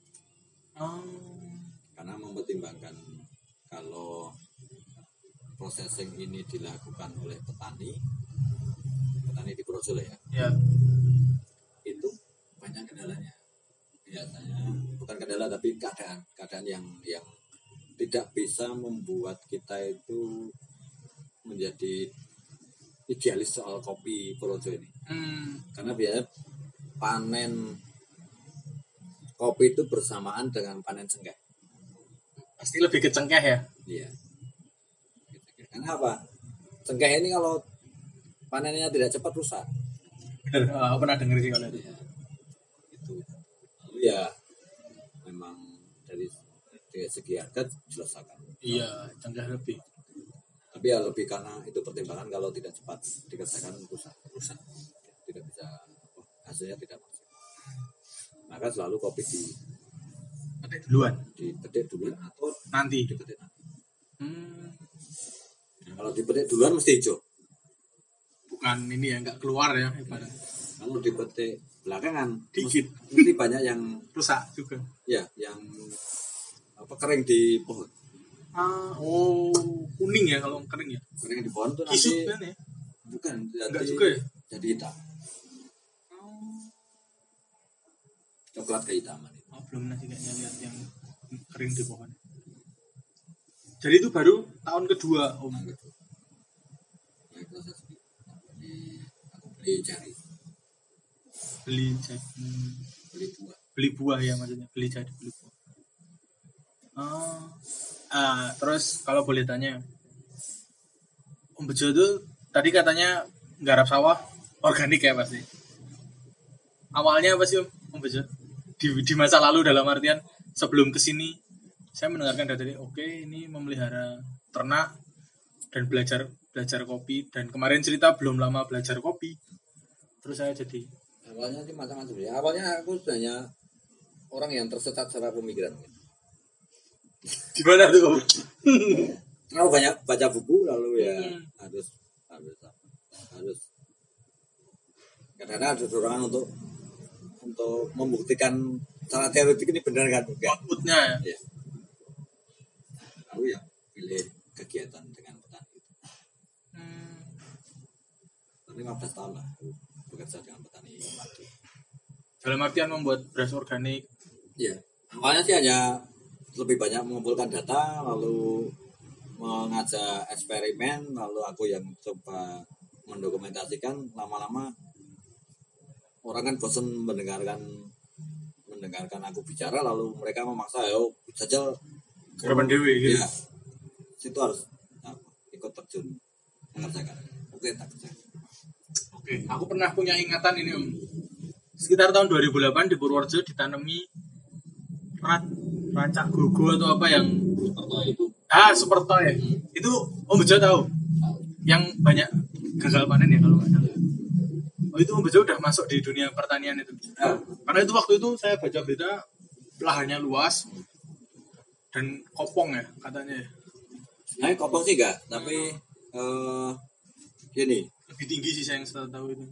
Karena mempertimbangkan kalau processing ini dilakukan oleh petani di Projo ya. Itu banyak kendalanya. Biasanya bukan kendala tapi keadaan yang tidak bisa membuat kita itu menjadi idealis soal kopi Projo ini. Karena biasanya panen kopi itu bersamaan dengan panen cengkeh. Pasti lebih ke cengkeh ya? Iya. Karena apa? Cengkeh ini kalau panennya tidak cepat rusak. Aku pernah dengar sih kalau itu. Ya, itu. Lalu ya memang dari segi harga jelas akan. Iya, cengkeh lebih. Tapi ya lebih karena itu pertimbangan kalau tidak cepat dikerjakan rusak. Tidak bisa, hasilnya tidak maksimal. Maka selalu kopi dipetik duluan atau nanti dipetik nanti. Nah, kalau dipetik duluan mesti hijau. Bukan ini ya, nggak keluar ya ibarat. Kalau dipetik belakangan dikit mesti banyak yang rusak juga. Ya, yang kering di pohon. Kuning ya kalau kering ya. Kering di pohon tuh nanti. Kisut kan ya? Bukan, enggak juga ya? Jadi hitam. Coklat kehitaman itu. Belum pernah sih kayaknya lihat yang kering di pohon. Jadi itu baru tahun kedua Om. Tahun kedua. Mulai proses aku beli jari. Beli buah. beli buah ya maksudnya, beli buah. Terus kalau boleh tanya, Om Bejo tuh tadi katanya nggarap sawah organik ya pasti. Awalnya apa sih Om Bejo? Di masa lalu dalam artian sebelum kesini saya mendengarkan dari oke ini memelihara ternak dan belajar kopi, dan kemarin cerita belum lama belajar kopi. Terus saya jadi awalnya sih macam-macam ya. Awalnya aku sebenarnya orang yang tersesat secara pemikiran. gimana tuh? Terlalu banyak baca buku lalu ya harus kadang-kadang ada dorongan untuk membuktikan secara teoretik ini benar kan enggak. Outputnya ya. Lalu ya pilih kegiatan dengan petani itu. 15 tahun lah bekerja dengan petani padi. Dalam artian membuat beras organik. Iya. Awalnya sih hanya lebih banyak mengumpulkan data, lalu mengajak eksperimen, lalu aku yang coba mendokumentasikan. Lama-lama orang kan bosan mendengarkan aku bicara, lalu mereka memaksa ayo saja Garapan dewi gitu. Ya, situ harus ikut terjun mengerjakan. Oke, tak kerja. Oke, aku pernah punya ingatan ini Om. Sekitar tahun 2008 di Purworejo ditanami rancak gogo atau apa yang super toy. Itu Om Bejo tahu? Yang banyak gagal panen ya kalau nggak salah. Oh itu Om Bejo udah masuk di dunia pertanian itu. Karena itu waktu itu saya baca berita lahannya luas dan kopong ya katanya. Nah, kopong sih enggak, tapi gini. Lebih tinggi sih saya yang tahu itu.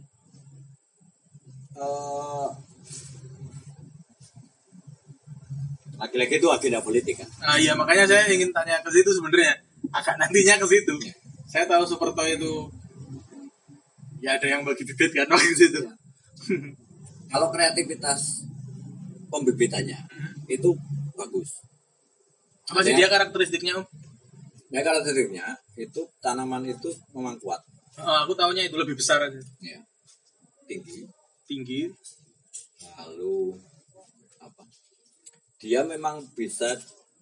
Lagi-lagi itu agenda politik kan. Nah iya makanya saya ingin tanya ke situ sebenarnya. Agak nantinya ke situ. Saya tahu super toy itu ya ada yang bagi bibit kan waktu itu. Kalau kreativitas pembibitannya itu bagus. Apa sih dia karakteristiknya Om? Ya karakteristiknya itu tanaman itu memang kuat. Aku tahunya itu lebih besar aja. Ya. Tinggi. Lalu dia memang bisa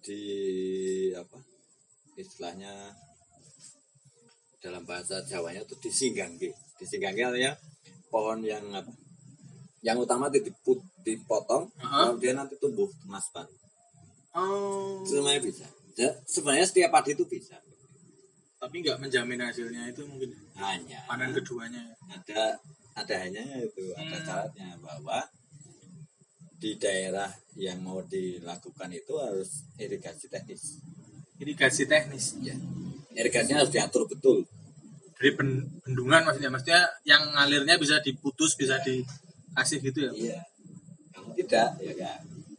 istilahnya dalam bahasa Jawanya itu disinggangi artinya pohon yang utama itu dipotong lalu dia nanti tumbuh tunas baru. Semuanya bisa. Sebenarnya setiap padi itu bisa, tapi nggak menjamin hasilnya itu mungkin hanya panen keduanya. Ada hanya itu ada syaratnya bahwa di daerah yang mau dilakukan itu harus irigasi teknis. Ya. Irigasinya harus diatur betul. Dari bendungan maksudnya yang ngalirnya bisa diputus, bisa dikasih gitu ya. Iya. Kalau tidak ya kan.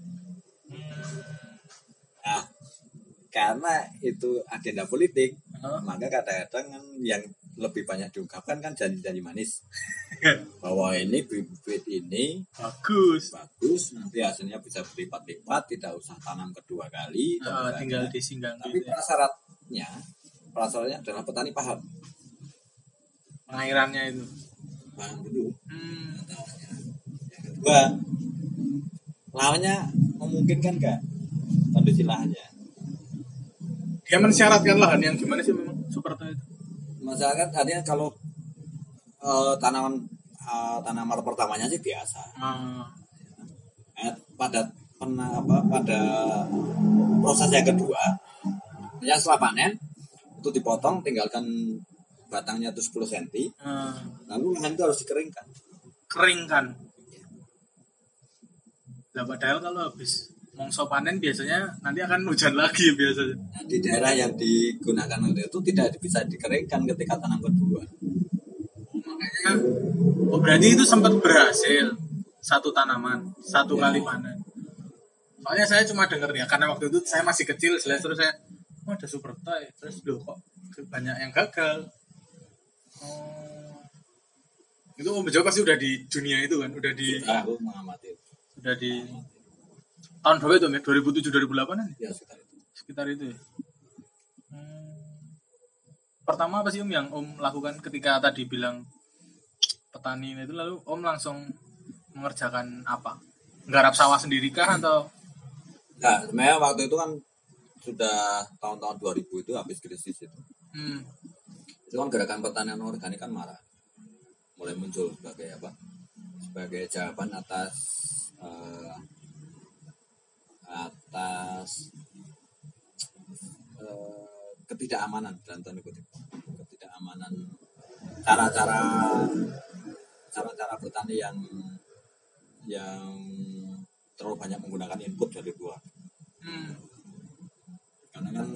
Nah, karena itu agenda politik, maka kadang-kadang kan yang lebih banyak diungkapkan kan janji-janji manis. Bahwa ini bibit ini bagus, nanti hasilnya bisa berlipat-lipat, tidak usah tanam kedua kali, tinggal disinggang. Tapi gitu prasyaratnya adalah petani paham. Pengairannya itu. Paham dulu. Yang kedua, lahannya memungkinkan nggak kondisi lahannya? Dia mensyaratkan lahan yang gimana sih memang seperti itu? Masyarakat artinya kalau tanaman pertamanya sih biasa. Pada proses yang kedua, yang setelah panen itu dipotong, tinggalkan batangnya itu 10 cm. Lalu lahan itu harus dikeringkan. Nah, padahal kalau habis mongso panen biasanya nanti akan hujan lagi biasanya. Nah, di daerah yang digunakan itu tidak bisa dikeringkan ketika tanam kedua. Makanya, berarti itu sempat berhasil satu tanaman satu kali panen. Soalnya saya cuma dengar ya, karena waktu itu saya masih kecil, terus saya ada super toy, terus loh kok banyak yang gagal. Itu Om Bejo pasti udah di dunia itu kan, udah di. Aku mengamati. Udah di tahun berapa itu, 2007 2008 kan? Ya sekitar itu ya. Pertama apa sih Om yang Om lakukan ketika tadi bilang petani itu, lalu Om langsung mengerjakan apa? Nggarap sawah sendiri kah atau? Nah, sebenarnya waktu itu kan sudah tahun-tahun 2000 itu habis krisis itu. Itu kan gerakan pertanian organik kan marah. Mulai muncul sebagai apa? Sebagai jawaban atas ketidakamanan dalam tanda kutip. Ketidakamanan cara-cara bertani yang terlalu banyak menggunakan input dari luar. Karena kan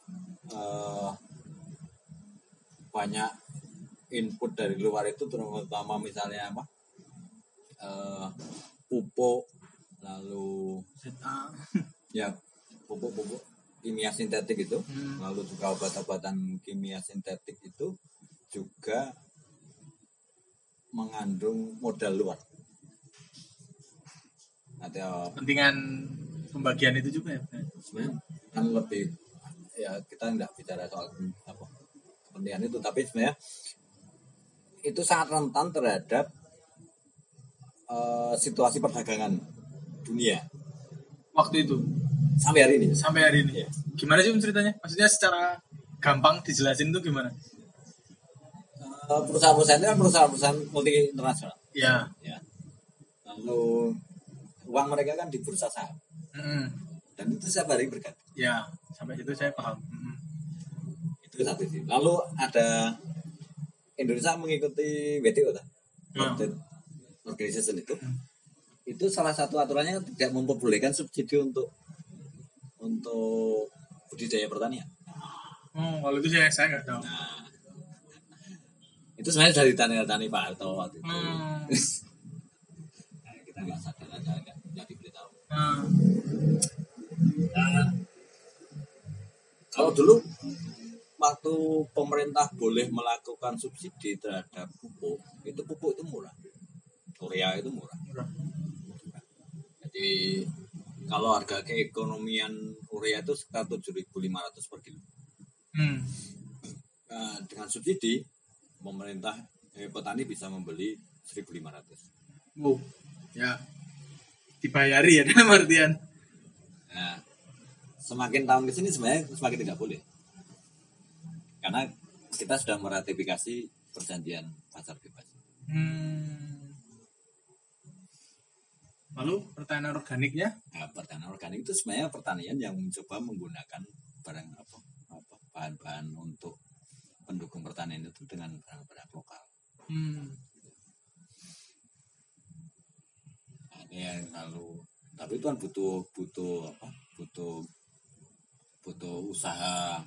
banyak input dari luar itu terutama misalnya apa pupuk, lalu ya pupuk kimia sintetik itu, lalu juga obat-obatan kimia sintetik itu juga mengandung modal luar. Atau kepentingan pembagian itu juga ya? Sebenarnya kan lebih ya kita nggak bicara soal apa kepentingan itu, tapi sebenarnya itu sangat rentan terhadap situasi perdagangan dunia waktu itu sampai hari ini. Ya. Gimana sih ceritanya? Maksudnya secara gampang dijelasin tuh gimana? Perusahaan-perusahaan itu kan perusahaan multi internasional. Ya. Lalu uang mereka kan di bursa saham. Dan itu setiap hari berganti. Ya, sampai situ saya paham. Itu satu sih. Lalu ada Indonesia mengikuti WTO, World Organization itu. Itu salah satu aturannya tidak memperbolehkan subsidi untuk budidaya pertanian. Kalau itu saya nggak tahu. Nah, itu sebenarnya dari tani Pak Harto waktu itu. Nah, kita nggak sadar aja, nggak diberitahu. Nah, kalau dulu waktu pemerintah boleh melakukan subsidi terhadap pupuk itu murah. Urea itu murah. Jadi kalau harga keekonomian urea itu sekitar 7.500 per kilo. Nah, dengan subsidi pemerintah petani bisa membeli 1.500. Ya dibayari ya dalam artian. Nah, semakin tahun ke sini sebenarnya semakin tidak boleh. Karena kita sudah meratifikasi perjanjian pasar bebas. Lalu pertanian organiknya? Nah, pertanian organik itu sebenarnya pertanian yang mencoba menggunakan bahan-bahan untuk pendukung pertanian itu dengan bahan-bahan lokal. Nah, ini yang lalu, tapi itu kan butuh usaha.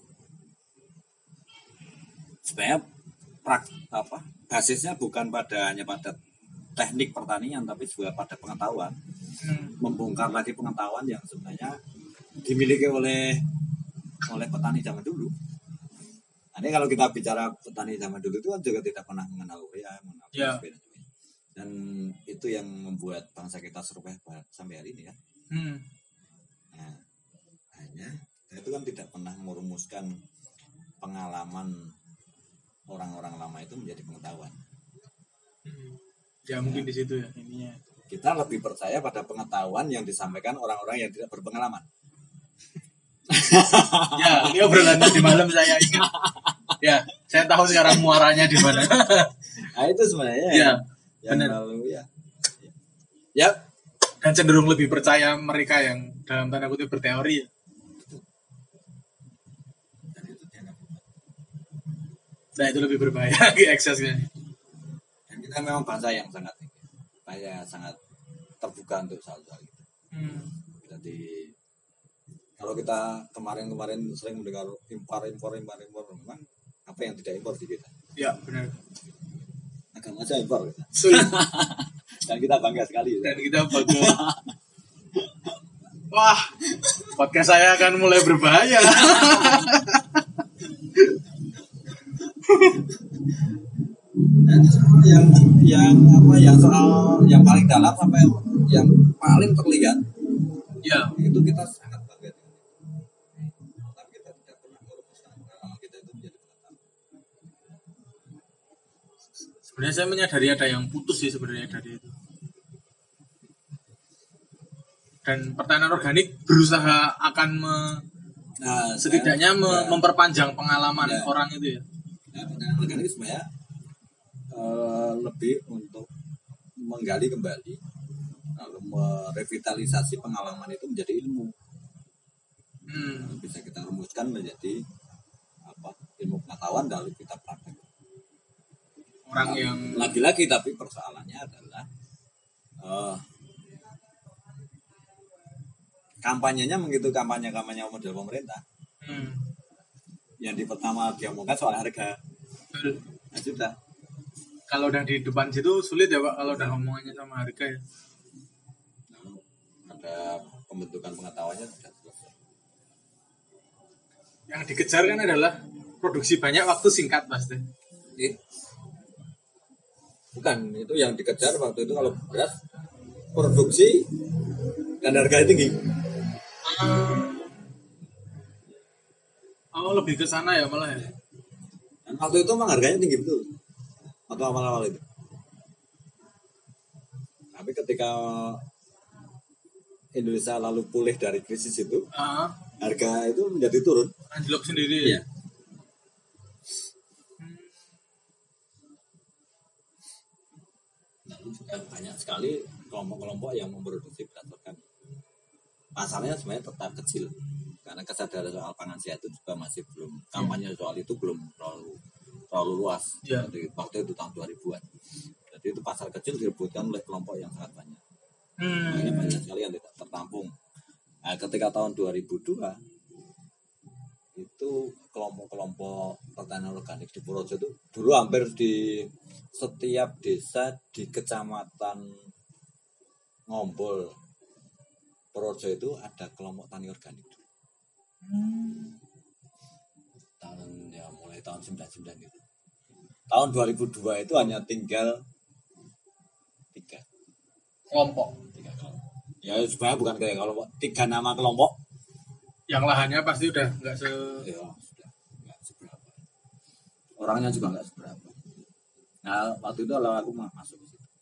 Sebenarnya basisnya bukan hanya pada teknik pertanian, tapi juga pada pengetahuan. Membongkar lagi pengetahuan yang sebenarnya dimiliki oleh petani zaman dulu. Nah, ini kalau kita bicara petani zaman dulu itu kan juga tidak pernah mengenal urea, dan itu yang membuat bangsa kita survive sampai hari ini ya. Nah, hanya itu kan tidak pernah merumuskan pengalaman orang-orang lama itu menjadi pengetahuan. Ya mungkin di situ ya ininya. Kita lebih percaya pada pengetahuan yang disampaikan orang-orang yang tidak berpengalaman. Ya, ini obrolan di malam saya ingat. Ya, saya tahu sekarang muaranya di mana. Nah, itu sebenarnya yang lalu ya. Dan cenderung lebih percaya mereka yang dalam tanda kutip berteori ya. Nah, itu lebih berbahaya lagi eksesnya. Dan kita memang bangsa yang sangat terbuka untuk soal-soal itu. Jadi kalau kita kemarin sering mendengar impor, memang apa yang tidak impor di kita? Ya benar. Agama aja impor kita. Dan kita bangga sekali. Wah, podcast saya akan mulai berbahaya. yang paling dalam sampai yang paling terlihat. Ya. Itu kita sangat bangga. Tapi kita tidak pernah merumuskan pengalaman kita itu menjadi pengetahuan. Sebenarnya saya menyadari ada yang putus sih sebenarnya dari itu. Dan pertanian organik berusaha akan setidaknya memperpanjang pengalaman orang itu ya. Nah, pertanian organik sebenarnya lebih untuk menggali kembali, lalu merevitalisasi pengalaman itu menjadi ilmu. Bisa kita rumuskan menjadi ilmu pengetahuan lalu kita praktek. Orang yang lagi-lagi tapi persoalannya adalah kampanyenya begitu kampanye model pemerintah. Yang di pertama dia omongkan soal harga. Nah, sudah. Kalau udah di depan situ sulit ya Pak kalau udah omongannya sama harga ya. Ada pembentukan pengetahuannya sudah selesai. Yang dikejar kan adalah produksi banyak waktu singkat pasti. Bukan, itu yang dikejar waktu itu kalau beras produksi dan harga tinggi. Oh, lebih ke sana ya malah ya. Dan waktu itu memang harganya tinggi betul. Waktu awal-awal itu. Tapi ketika Indonesia lalu pulih dari krisis itu, harga itu menjadi turun. Anjlok sendiri. Iya. Lalu juga banyak sekali kelompok-kelompok yang memproduksi beras organik. Pasarnya sebenarnya tetap kecil karena kesadaran soal pangan sehat itu juga masih belum, kampanye soal itu belum terlalu luas. Jadi waktu itu tahun 2000-an. Jadi itu pasar kecil direbutkan oleh kelompok yang sangat banyak. Makanya banyak sekali yang tidak tertampung. Nah, ketika tahun 2002 itu kelompok-kelompok pertanian organik di Purworejo itu dulu hampir di setiap desa di kecamatan Ngombol Purworejo itu ada kelompok tani organik. Mulai tahun 99 itu. Tahun 2002 itu hanya tinggal 3 kelompok. Ya sebenarnya bukan kayak kelompok, 3 nama kelompok. Yang lahannya pasti udah nggak sudah nggak seberapa. Orangnya juga nggak seberapa. Nah waktu itu kalau aku masuk ke situ.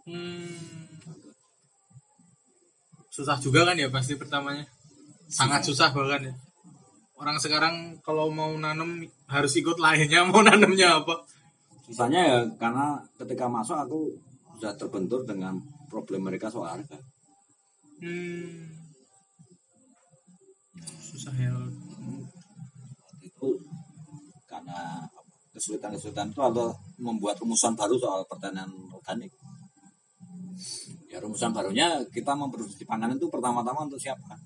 Susah juga kan ya pasti pertamanya. Sangat susah bahkan ya. Orang sekarang kalau mau nanam harus ikut lainnya mau nanamnya apa. Susahnya ya karena ketika masuk aku sudah terbentur dengan problem mereka soal harga. Susah ya. Itu karena kesulitan itu atau membuat rumusan baru soal pertanian organik. Ya rumusan barunya kita memproduksi pangan itu pertama-tama untuk siapa?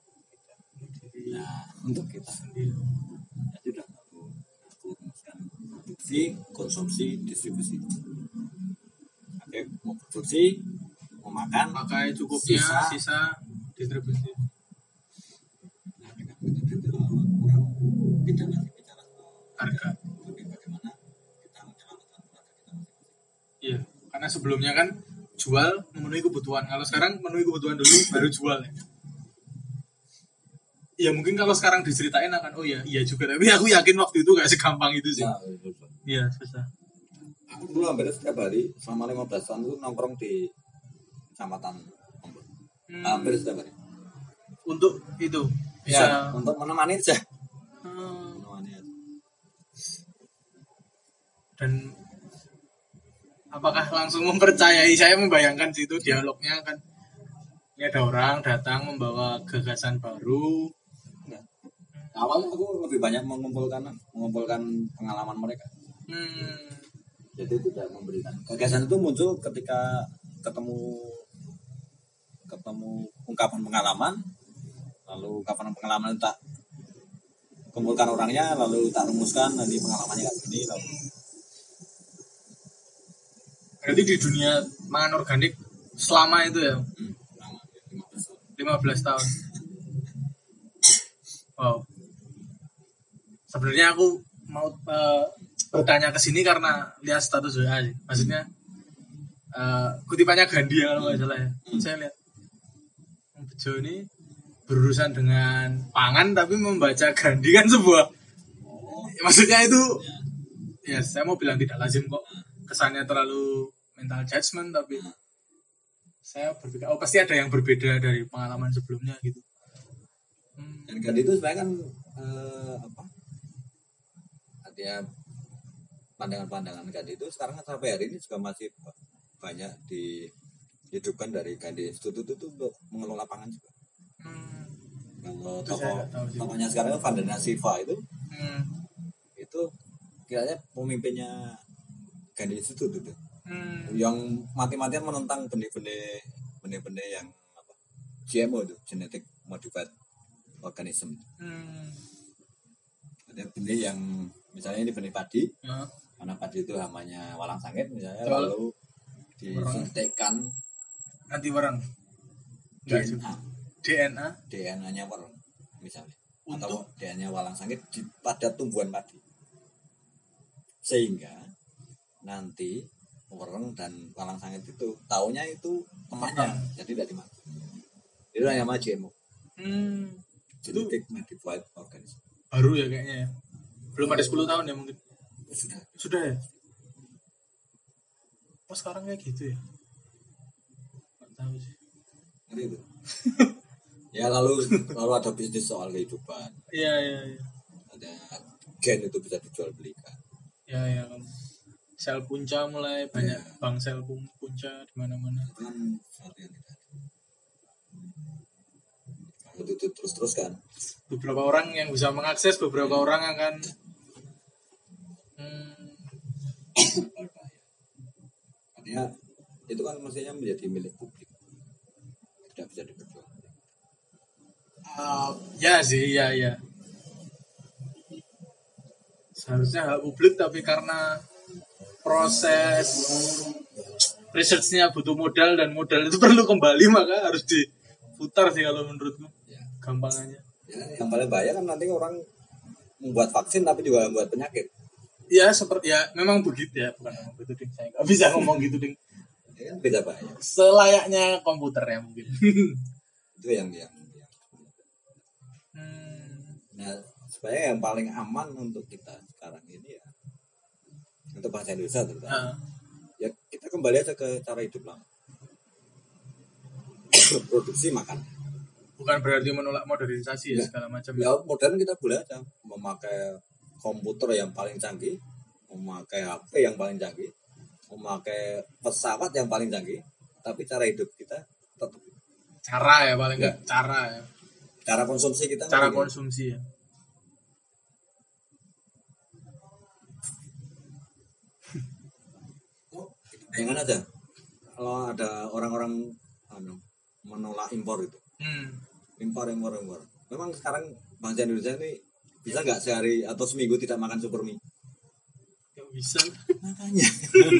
Nah, untuk kita sendiri. Jadi sudah aku rumuskan produksi, konsumsi, distribusi. Oke, mau produksi, mau makan, pakai cukupnya, sisa distribusi. Nah, dengan begitu orang tidak lagi bicara harga. Tapi bagaimana kita menyelamatkan keluarga kita masing-masing. Iya, karena sebelumnya kan jual memenuhi kebutuhan. Kalau sekarang memenuhi kebutuhan dulu baru jual ya. Ya mungkin kalau sekarang diceritain akan iya juga, tapi aku yakin waktu itu gak segampang itu sih. Iya, susah. Aku dulu hampir setiap hari selama 15 tahun itu nongkrong di kecamatan Ombol. Hampir setiap hari. Untuk itu bisa untuk menemani aja. Menemani aja. Dan apakah langsung mempercayai? Saya membayangkan situ dialognya kan ini ada orang datang membawa gagasan baru. Awalnya aku lebih banyak mengumpulkan pengalaman mereka. Jadi tidak memberikan gagasan itu muncul ketika ketemu ungkapan pengalaman, lalu ungkapan pengalaman tak kumpulkan orangnya, lalu tak rumuskan nanti pengalamannya kayak gini. Lalu. Berarti di dunia pangan organik selama itu ya? 15 tahun. Wow. Sebenarnya aku mau bertanya ke sini karena lihat status WA sih. Maksudnya kutipannya Gandhi ya kalau nggak salah ya. Saya lihat Bejo ini berurusan dengan pangan tapi membaca Gandhi kan sebuah. Maksudnya itu ya saya mau bilang tidak lazim kok. Kesannya terlalu mental judgment tapi Saya berpikir pasti ada yang berbeda dari pengalaman sebelumnya gitu. Dan gandhi itu sebenarnya kan artinya pandangan-pandangan gandhi itu sekarang sampai hari ini juga masih banyak dihidupkan dari Gandhi Institute itu untuk mengelola pangan juga. Kalau tokohnya sekarang Vandana Shiva itu kiranya pemimpinnya Gandhi Institute itu. Yang mati-matian menentang benih-benih yang GMO itu, genetic modified organism. Ada benih yang misalnya ini benih padi, mana padi itu namanya walang sangit misalnya, lalu disuntikkan anti warang, DNA-nya warang misalnya, atau DNA walang sangit pada tumbuhan padi, sehingga nanti warang dan walang sangit itu taunya itu temannya, jadi tidak dimakan. Itu namanya GMO. Genetic modified organism. Baru ya kayaknya ya. Belum ada 10 tahun ya mungkin. Sudah ya. Oh sekarang kayak gitu ya. Nggak tahu sih. Ngeri itu. Ya lalu ada bisnis soal kehidupan. Iya. Ada gen itu bisa dijual belikan. Ya kan. Sel punca mulai banyak bank sel punca di mana-mana. Itu kan sesuatu yang tidak ada. Kalau itu terus kan. Beberapa orang yang bisa mengakses, beberapa orang akan artinya itu kan mestinya menjadi milik publik, tidak bisa diperjualbelikan. Ya sih, ya. Seharusnya hak publik, tapi karena proses research-nya butuh modal dan modal itu perlu kembali, maka harus diputar sih kalau menurutku. Ya. Gampangannya. Ya, yang paling bahaya kan nanti orang membuat vaksin tapi juga membuat penyakit. Ya seperti ya memang begitu ya, bukan ngomong gitu ding, saya nggak bisa ngomong gitu ding. Ya, kan beda bahaya. Selayaknya komputer ya mungkin. Itu yang. Nah, supaya yang paling aman untuk kita sekarang ini ya, untuk bangsa Indonesia terutama, ya kita kembali aja ke cara hidup lama. Produksi makan. Bukan berarti menolak modernisasi ya segala macam. Ya modern kita boleh aja memakai komputer yang paling canggih, memakai HP yang paling canggih, memakai pesawat yang paling canggih, tapi cara hidup kita tetap cara ya paling enggak cara ya. Cara konsumsi kita. Cara konsumsi ya. Bayangkan aja kalau ada orang-orang menolak impor itu. Impor. Memang sekarang bangsa Indonesia ini bisa nggak sehari atau seminggu tidak makan super mie? Nggak bisa. Makanya.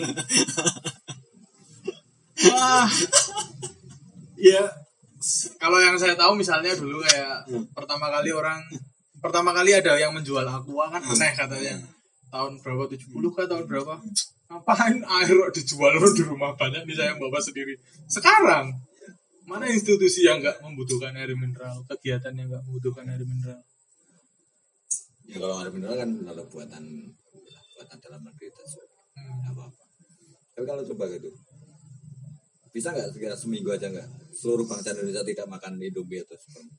Wah. Ya, kalau yang saya tahu misalnya dulu kayak pertama kali ada yang menjual aqua kan aneh katanya. Tahun berapa 70 kah tahun berapa? Ngapain air dijual di rumah banyak nih saya bawa sendiri. Sekarang mana institusi yang nggak membutuhkan air mineral, kegiatan yang nggak membutuhkan air mineral? Ya kalau air mineral kan lalu buatan dalam negeri itu apa-apa. Tapi kalau coba gitu, bisa nggak segera seminggu aja nggak seluruh bangsa Indonesia tidak makan Indomie atau seperti?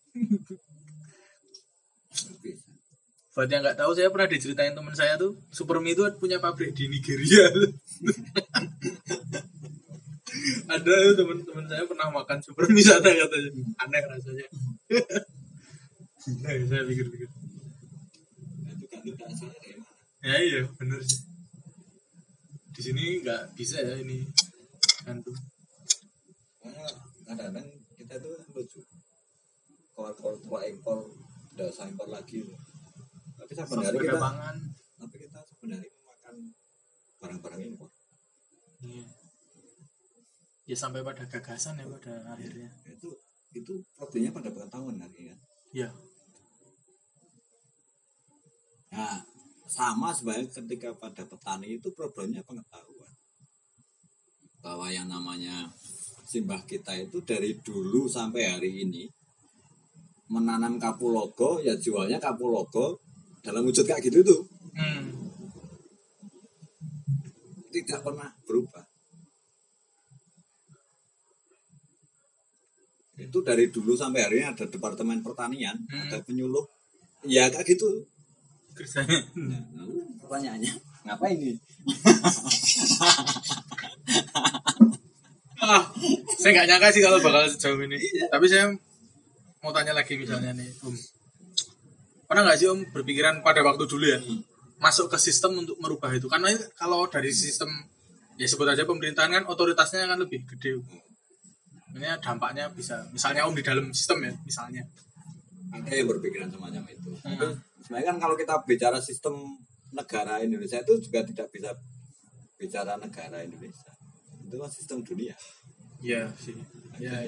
Bisa. Buat yang nggak tahu, saya pernah diceritain teman saya tuh Supermi itu punya pabrik di Nigeria. Ada teman-teman saya pernah makan Supermi sana katanya, aneh rasanya. Nah, saya pikir-pikir. Itu kan asalnya dari mana? Ya iya benar sih. Di sini nggak bisa ya ini gantung. Kadang-kadang kita tuh lucu. Kalau impor tidak usah impor lagi. Tapi kita sebenarnya makan barang-barang impor. Iya. Ya sampai pada gagasan ya pada akhirnya. Itu problemnya pada pengetahuan kan ya. Iya. Nah, sama sebenarnya ketika pada petani itu problemnya pengetahuan. Bahwa yang namanya simbah kita itu dari dulu sampai hari ini menanam kapulaga ya jualnya kapulaga dalam wujud kayak gitu tuh. Tidak pernah berubah. Itu dari dulu sampai hari ini ada departemen pertanian, ada penyuluh. Ya kayak gitu kerjanya. Pertanyaannya, ngapain ini? Saya nggak nyangka sih kalau bakal sejauh ini. Tapi saya mau tanya lagi misalnya nih, pernah nggak sih berpikiran pada waktu dulu ya, masuk ke sistem untuk merubah itu? Karena kalau dari sistem, ya sebut aja pemerintahan kan otoritasnya kan lebih gede. Ini dampaknya bisa, misalnya di dalam sistem ya, misalnya. Ada yang berpikiran semacam itu. Tapi sebenarnya kan kalau kita bicara sistem negara Indonesia itu juga tidak bisa bicara negara Indonesia. Itu kan sistem dunia. Iya sih. Iya.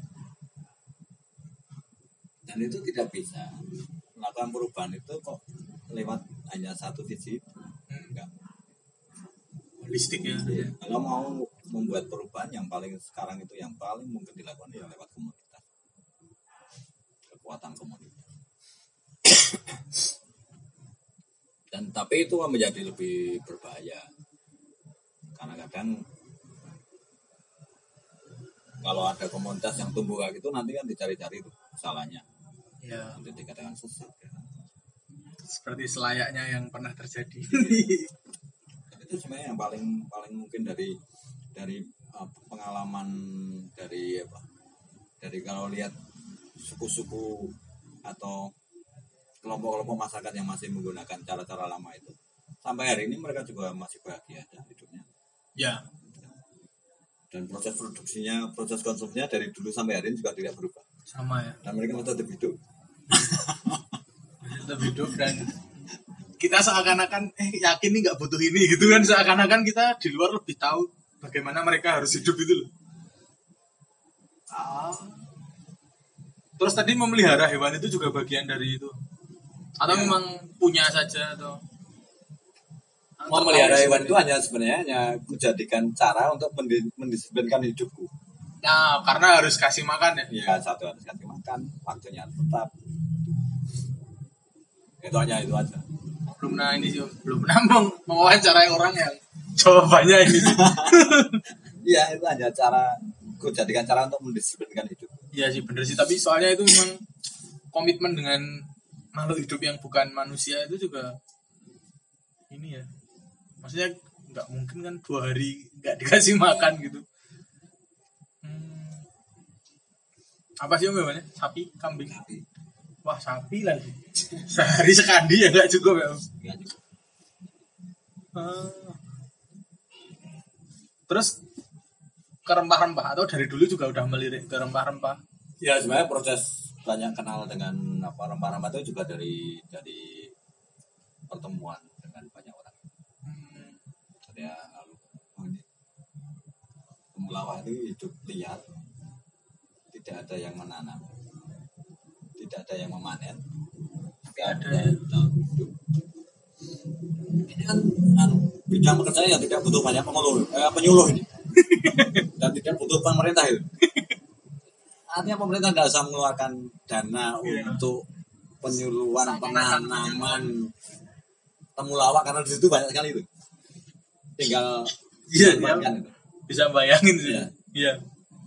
Dan itu tidak bisa melakukan perubahan itu kok lewat hanya satu sisi. Enggak. Holistik ya. Kalau mau membuat perubahan yang paling sekarang itu yang paling mungkin dilakukan ya lewat komunitas. Kekuatan komunitas. Dan tapi itu menjadi lebih berbahaya. Karena kadang kalau ada komunitas yang tumbuh kayak gitu nanti kan dicari-cari itu salahnya. Ya. Nanti dikatakan sesat. Ya. Seperti selayaknya yang pernah terjadi. Itu sebenarnya yang paling mungkin dari pengalaman dari kalau lihat suku-suku atau kelompok-kelompok masyarakat yang masih menggunakan cara-cara lama itu sampai hari ini mereka juga masih bahagia dan hidupnya. Ya. Dan proses produksinya, proses konsumsinya dari dulu sampai hari ini juga tidak berubah. Sama ya. Dan mereka tetap hidup. Tetap hidup dan kita seakan-akan yakin nih nggak butuh ini gitu kan, seakan-akan kita di luar lebih tahu bagaimana mereka harus hidup itu loh. Terus tadi memelihara hewan itu juga bagian dari itu atau ya, memang punya saja atau memelihara hewan itu hanya kujadikan cara untuk mendisiplinkan hidupku. Nah, karena harus kasih makan ya. Iya, satu harus kasih makan, waktunya harus tetap. Itu aja. Belum pernah mewawancarai orang yang jawabannya ini. Iya, itu hanya kujadikan cara untuk mendisiplinkan hidup. Iya sih bener sih, tapi soalnya itu memang komitmen dengan makhluk hidup yang bukan manusia itu juga ini ya. Maksudnya nggak mungkin kan 2 hari nggak dikasih makan gitu. Apa sih namanya? Sapi, kambing. Wah, sapi lagi. Sehari sekali ya nggak cukup ya. Terus ke rempah-rempah atau dari dulu juga udah melirik ke rempah-rempah? Ya sebenarnya proses banyak kenal dengan rempah-rempah itu juga dari pertemuan dengan banyak orang. Saya temulawak itu hidup liar, tidak ada yang menanam, tidak ada yang memanen, tidak ada hidup. Ini kan bidang pekerjaan yang tidak butuh banyak penyuluh ini dan tidak butuh pemerintah itu. Artinya pemerintah tidak usah mengeluarkan dana untuk penyuluhan, penanaman temulawak karena di situ banyak sekali itu. Tinggal bisa bayangin sih. Iya.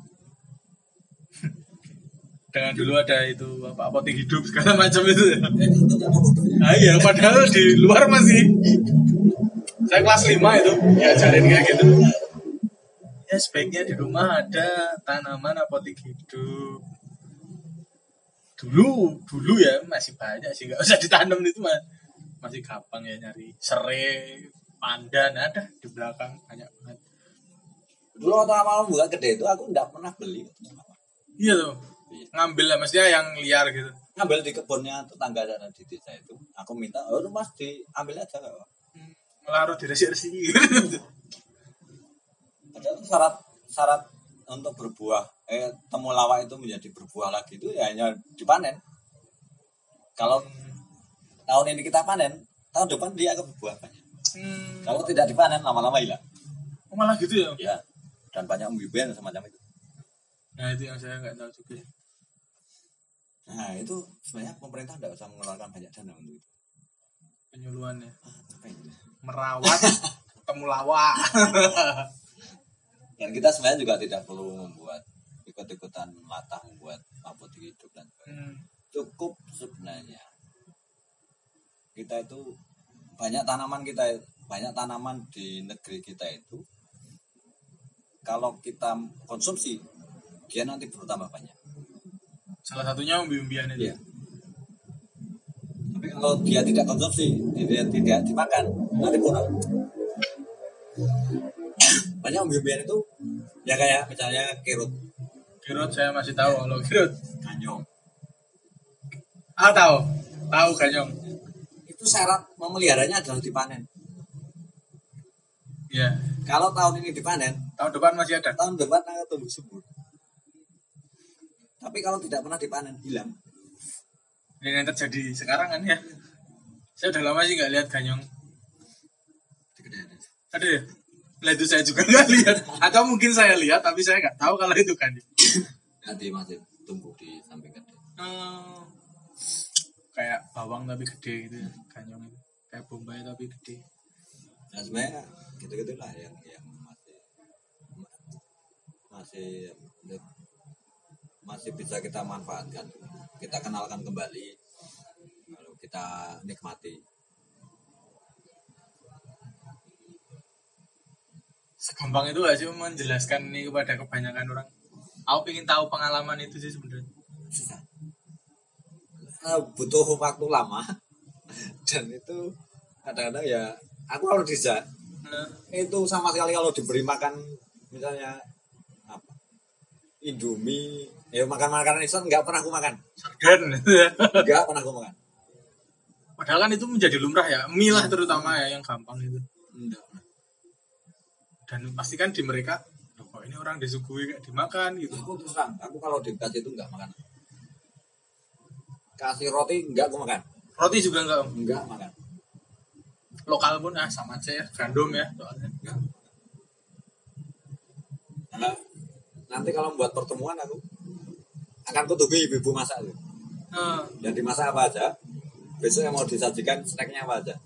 Dengan dulu ada itu apotek hidup segala macam itu ya. Iya, padahal di luar masih saya kelas 5 itu diajarin kayak gitu. Ya sebaiknya di rumah ada tanaman apotek hidup. Dulu ya masih banyak sih, nggak usah ditanam itu masih gampang ya nyari serai, pandan ada di belakang banyak banget. Dulu waktu awal buka kedai itu aku nggak pernah beli. Iya tuh, ngambil lah maksudnya yang liar gitu. Ngambil di kebunnya tetangga sana di desa itu. Aku minta, mas diambil aja kok. Melarut di resi-resi. Ada syarat untuk berbuah, temulawak itu menjadi berbuah lagi itu ya hanya dipanen. Kalau tahun ini kita panen, tahun depan dia akan berbuah banyak. Kalau tidak dipanen lama-lama hilang. Malah gitu ya? Ya, dan banyak umbi-umbian semacam itu. Nah itu yang saya nggak tahu juga. Nah itu sebenarnya pemerintah tidak usah mengeluarkan banyak dana untuk itu. Penyuluhannya. Merawat temulawak. Dan kita sebenarnya juga tidak perlu membuat ikut-ikutan latah membuat apotek hidup dan cukup sebenarnya. Kita itu banyak tanaman di negeri kita itu kalau kita konsumsi dia nanti bertambah banyak. Salah satunya umbi-umbian itu. Iya. Tapi kalau dia tidak konsumsi, dia tidak dimakan, nanti punah. Banyak umbi-umbian itu ya kayak misalnya kerut. Kerut saya masih tahu kalau kerut. Ganyong. Tahu ganyong. Itu syarat memeliharanya adalah dipanen. Iya. Kalau tahun ini dipanen, Tahun depan masih ada. tahun depan akan tumbuh subur. Tapi kalau tidak pernah dipanen, hilang. Ini yang terjadi sekarang kan ya. Saya udah lama sih nggak lihat ganyong. Ada ya? Lah itu saya juga nggak lihat. Atau mungkin saya lihat tapi saya nggak tahu kalau itu ganyong. Nanti masih tumbuh di samping gede. Kayak bawang tapi gede gitu ya, ganyong itu. Kayak bombay tapi gede. Nah sebenarnya gitu-gitu lah yang masih bisa kita manfaatkan, kita kenalkan kembali, lalu kita nikmati. Segampang itu gak sih menjelaskan ini kepada kebanyakan orang? Aku ingin tahu pengalaman itu sih sebenarnya. Susah. Butuh waktu lama dan itu kadang-kadang ya aku harus dijak. Itu sama sekali kalau diberi makan misalnya apa Indomie, ya makan makanan instan nggak pernah aku makan. Sarden itu ya. Nggak pernah aku makan. Padahal kan itu menjadi lumrah ya, mie lah terutama ya yang gampang itu. Enggak. Dan pasti kan di mereka, kok ini orang disuguhi kayak dimakan gitu. Aku terus terang, aku kalau dikasih itu nggak makan. Kasih roti nggak aku makan. Roti juga Nggak makan. Lokal pun sama aja ya, gandum ya soalnya. Nggak. Nah, nanti kalau buat pertemuan aku akan kutubi ibu-ibu masak itu. Yang dimasak apa aja, besok yang mau disajikan snacknya apa aja.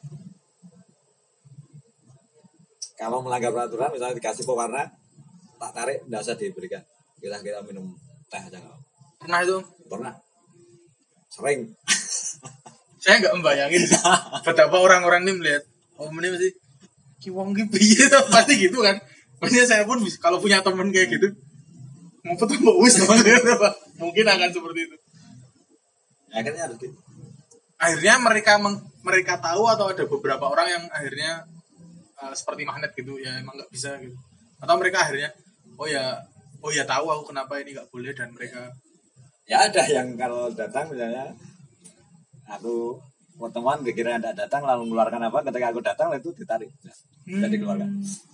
Kalau melanggar peraturan, misalnya dikasih pewarna, tak tarik, tidak usah diberikan. Kita minum teh aja. Pernah itu? Pernah. Sering. Saya nggak membayangin betapa orang-orang ini melihat, oh ini masih kiwong gitu, pasti gitu kan. Maksudnya saya pun kalau punya teman kayak gitu, mau ketemu mungkin akan seperti itu. Akhirnya harus gitu. Akhirnya mereka tahu atau ada beberapa orang yang akhirnya seperti magnet gitu ya emang nggak bisa gitu. Atau mereka akhirnya oh ya tahu aku kenapa ini nggak boleh dan mereka ya ada yang kalau datang misalnya aku pertemuan dikira tidak datang lalu mengeluarkan apa ketika aku datang itu ditarik dan dikeluarkan.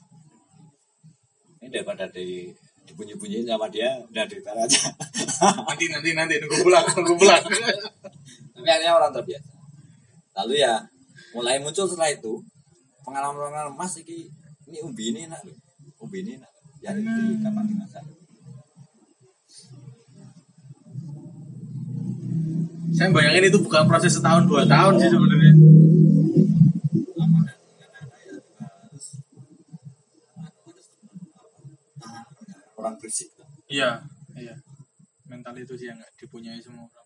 Ini daripada dibunyi-bunyiin sama dia udah ditarik aja. nanti nunggu pulang. Tapi akhirnya orang terbiasa. Lalu ya mulai muncul setelah itu pengalaman mas ini umbi ini enak loh, umbi ini enak ya di kapan dimasak. Saya bayangin itu bukan proses setahun 2 tahun sih sebenarnya. Orang berisik. Iya. Mental itu sih yang nggak dipunyai semua orang.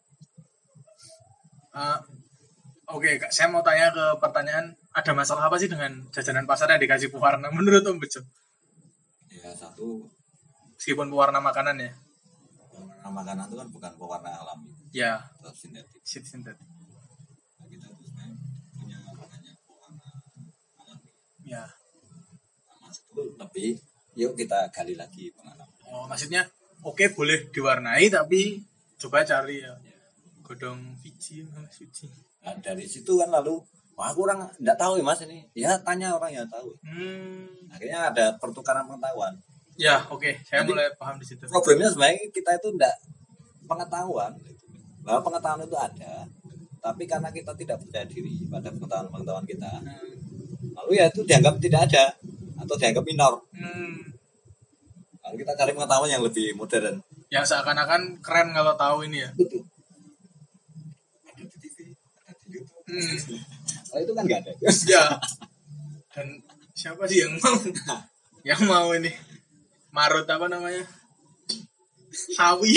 Oke, saya mau tanya ke pertanyaan, ada masalah apa sih dengan jajanan pasar yang dikasih pewarna menurut Om Bejo? Ya satu. Meskipun pewarna makanan ya. Pewarna makanan itu kan bukan pewarna alami. Ya. Atau sintetik. Sintetik. Nah, kita itu sebenarnya punya banyak pewarna alami. Ya. Mas itu lebih, yuk kita gali lagi pengalaman. Oh, maksudnya oke boleh diwarnai tapi coba cari ya. Godong suci. Nah, dari situ kan lalu wah aku orang enggak tahu ya mas ini. Ya tanya orang yang tahu. Akhirnya ada pertukaran pengetahuan. Ya oke. Saya Jadi, mulai paham di situ. Problemnya sebenarnya kita itu enggak pengetahuan. Bahwa pengetahuan itu ada. Tapi karena kita tidak percaya diri pada pengetahuan kita. Lalu ya itu dianggap tidak ada. Atau dianggap minor. Lalu kita cari pengetahuan yang lebih modern. Yang seakan-akan keren kalau tahu ini ya. Betul. Ada di TV, ada di YouTube. Kalau itu kan nggak ada. Ya. Dan siapa sih yang mau ini? Marut apa namanya? sawi.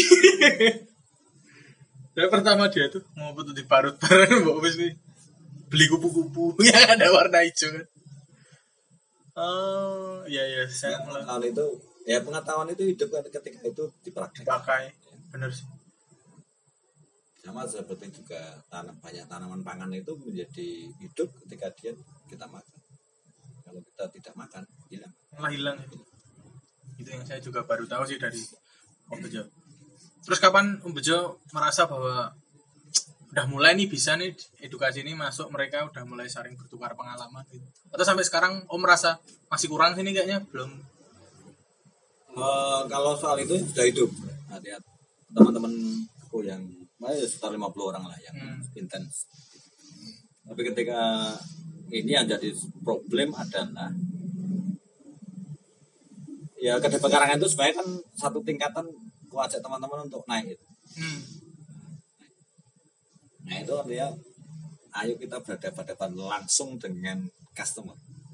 Saya pertama dia tuh mau betul diparut bareng mbok wis beli kupu-kupu yang ada warna hijau kan. Oh, iya saya pengetahuan itu ya pengetahuan itu hidup ketika itu dipakai. Benar sih. Sama seperti juga banyak tanaman pangan itu menjadi hidup ketika kita makan. Kalau kita tidak makan hilang. Malah hilang ya. Itu yang saya juga baru tahu sih dari Om Bejo. Terus kapan Om Bejo merasa bahwa udah mulai nih bisa nih edukasi ini masuk, mereka udah mulai saling bertukar pengalaman gitu? Atau sampai sekarang Om merasa masih kurang sini kayaknya belum? Kalau soal itu sudah hidup. Ada teman-temanku yang sekitar 50 orang lah yang intens. Tapi ketika ini yang jadi problem adalah ya kedai pekarangan itu sebenarnya kan satu tingkatan aku ajak teman-teman untuk naik itu. Nah itu artinya ayo kita berhadapan langsung dengan customer.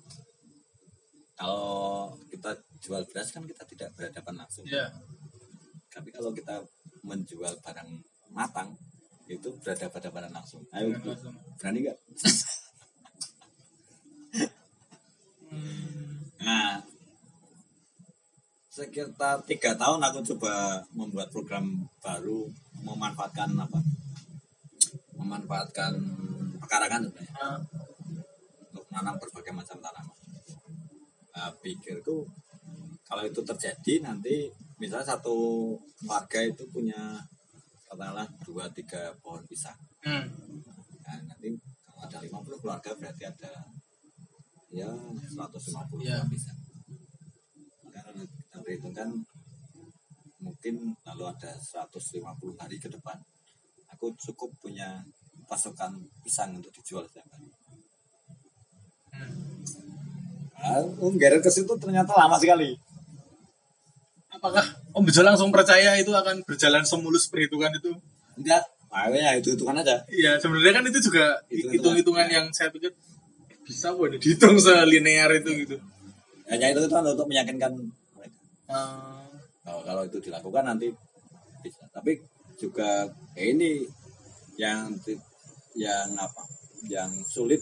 Kalau kita jual beras kan kita tidak berhadapan langsung. Yeah. Tapi kalau kita menjual barang matang itu berhadapan langsung. Ayo berani nggak? Nah sekitar 3 tahun aku coba membuat program baru memanfaatkan pekarangan sebenarnya untuk menanam berbagai macam tanaman. Pikirku kalau itu terjadi nanti misalnya satu warga itu punya katakanlah 2-3 pohon pisang. Nah, nanti kalau ada 50 keluarga berarti ada ya 150 pohon pisang. Karena kita perhitungkan mungkin lalu ada 150 hari ke depan aku cukup punya pasokan pisang untuk dijual setiap hari. Geret ke situ ternyata lama sekali. Apakah Om Bejo langsung percaya itu akan berjalan semulus perhitungan itu? Enggak, makanya itu hitungan aja. Iya, sebenarnya kan itu juga hitung-hitungan yang saya pikir bisa buat dihitung selinear itu gitu. Hanya itu kan untuk meyakinkan mereka. Kalau itu dilakukan nanti bisa. Tapi juga ini yang sulit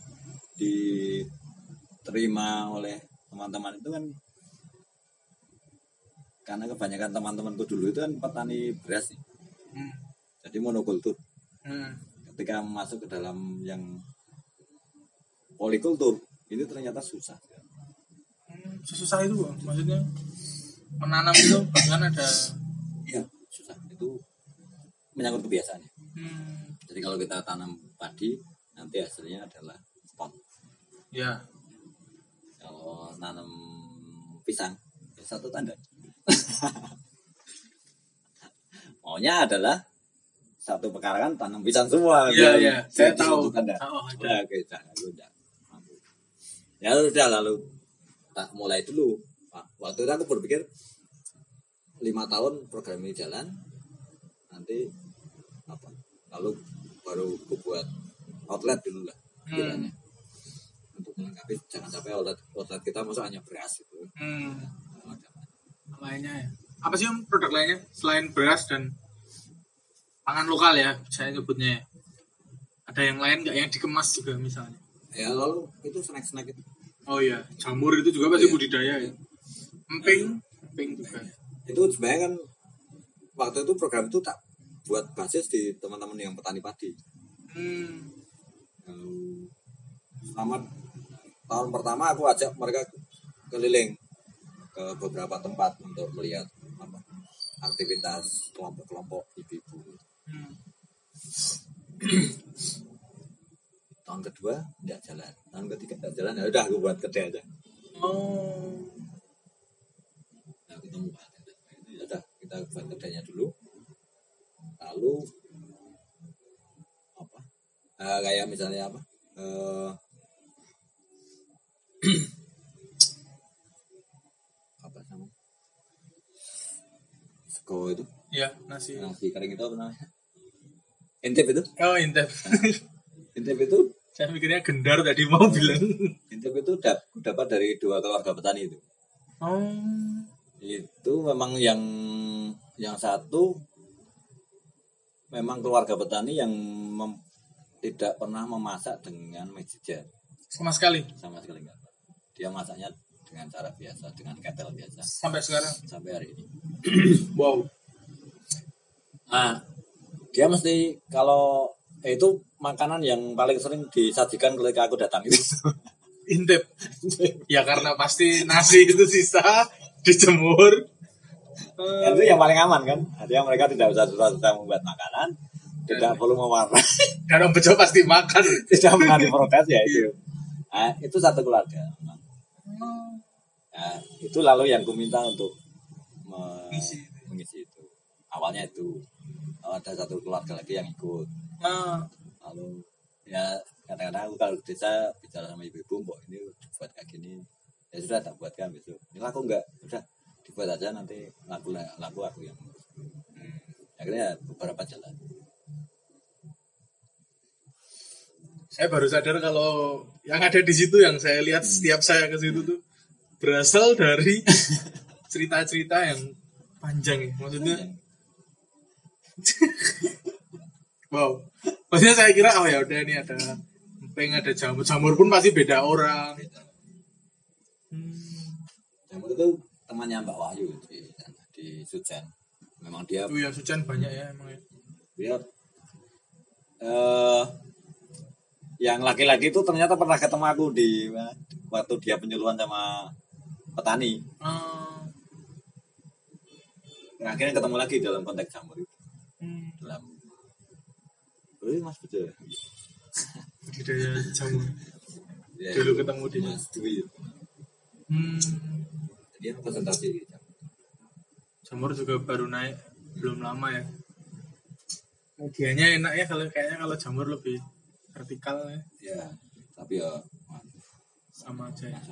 diterima oleh teman-teman itu kan karena kebanyakan teman-temanku dulu itu kan petani beras nih. Jadi monokultur. Ketika masuk ke dalam yang polikultur ini ternyata susah. Susah itu Bang? Maksudnya menanam itu bahkan ada susah itu menyangkut kebiasaannya. Jadi kalau kita tanam padi nanti hasilnya adalah ton. Ya. Kalau nanam pisang satu tanda. Maunya adalah satu pekarangan tanam pisang semua. Iya. Saya tahu. Tanda. Ya udah lalu tak mulai dulu. Waktu itu aku berpikir 5 tahun program ini jalan, nanti lalu baru aku buat outlet dulu lah kiranya untuk melengkapi, jangan sampai outlet kita masuk hanya beras gitu. Lainnya ya. Apa sih Om produk lainnya selain beras dan pangan lokal ya saya nyebutnya ya? Ada yang lain nggak yang dikemas juga misalnya? Ya lalu itu snack itu. Oh iya, jamur itu juga pasti budidaya ya. Emping juga. Itu sebenarnya kan waktu itu program itu tak buat basis di teman-teman yang petani padi. Selama tahun pertama aku ajak mereka keliling ke beberapa tempat untuk melihat aktivitas kelompok-kelompok ibu-ibu. Tahun kedua tidak jalan, tahun ketiga tidak jalan, ya udah aku buat kedai aja. Nah, ketemu ya udah kita buat kedainya dulu, lalu kayak misalnya sego itu ya, nasi kering itu apa namanya, intip itu. Intip. Intip itu saya mikirnya gendar tadi mau bilang. Intip itu dapat dari 2 keluarga petani itu. Itu memang yang yang satu memang keluarga petani yang tidak pernah memasak dengan meja sama sekali enggak. Dia masaknya dengan cara biasa, dengan ketel biasa sampai sekarang, sampai hari ini. Wow. Nah, dia mesti kalau itu makanan yang paling sering disajikan ketika aku datang itu. Intip. Ya karena pasti nasi itu sisa dijemur. Itu yang paling aman kan. Artinya mereka tidak usah susah-susah membuat makanan, tidak perlu mewarnai. Karena bejo pasti makan. Tidak mengandung protes ya itu. Nah, itu satu keluarga. Nah, itu lalu yang ku minta untuk mengisi itu. Awalnya itu ada satu keluarga lagi yang ikut. Lalu ya kadang-kadang aku kalau di desa bicara sama ibu-ibu, mbok ini buat kayak gini, ya sudah tak buatkan besok. Ini laku enggak? Udah dibuat aja, nanti laku aku yang akhirnya beberapa jalan. Saya baru sadar kalau yang ada di situ yang saya lihat setiap saya ke situ tuh berasal dari cerita-cerita yang panjang ya, maksudnya. Wow, maksudnya saya kira oh ya udah ini ada empeng, ada jamur pun pasti beda orang. Jamur itu temannya Mbak Wahyu di Sujan. Memang dia. Oh ya Sujan banyak ya emang ya. Dia yang laki-laki itu ternyata pernah ketemu aku di waktu dia penyuluhan sama petani. Akhirnya ketemu lagi dalam konteks jamur itu. Dalam Mas betul. Budidaya jamur. Ya, dulu ketemu di Mas Dwi. Dia presentasi jamur juga baru naik belum lama ya. Medianya enak ya kalau jamur lebih vertikal ya. Ya, tapi ya sama aja ya.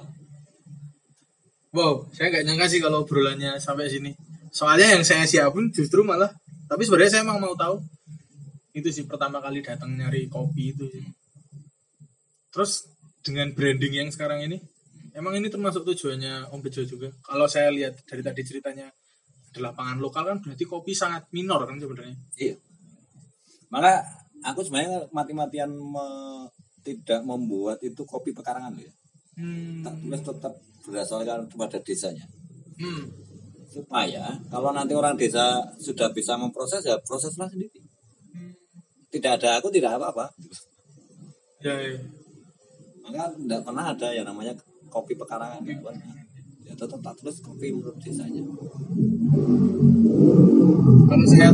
Wow, saya nggak nyangka sih kalau obrolannya sampai sini. Soalnya yang saya siapin justru malah, tapi sebenarnya saya emang mau tahu itu sih pertama kali datang nyari kopi itu sih. Terus dengan branding yang sekarang ini, emang ini termasuk tujuannya Om Bejo juga. Kalau saya lihat dari tadi ceritanya adalah pangan lokal kan berarti kopi sangat minor kan sebenarnya. Iya. Maka aku sebenarnya mati-matian tidak membuat itu kopi pekarangan ya. Tak tulis tetap berdasarkan kepada desanya. Supaya kalau nanti orang desa sudah bisa memproses ya proseslah sendiri. Tidak ada aku tidak apa-apa. Ya. Maka tidak pernah ada yang namanya kopi pekarangan. Ya tetap tak tulis kopi menurut desanya. Kalau saya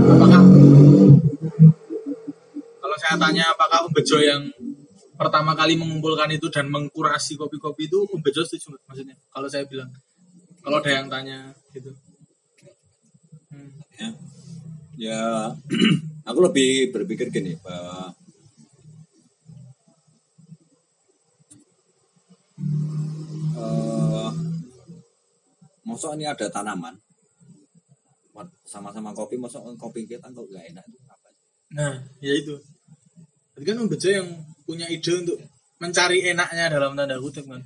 tanya apakah Om Bejo yang pertama kali mengumpulkan itu dan mengkurasi kopi-kopi itu Om Bejo setuju nggak maksudnya? Kalau saya bilang, kalau ada yang tanya gitu. Ya, aku lebih berpikir gini bahwa masa ini ada tanaman sama-sama kopi, masa kopi kita kok nggak enak itu apa? Nah, ya itu. Jadi kan Om Bejo yang punya ide untuk mencari enaknya dalam tanda kutip kan.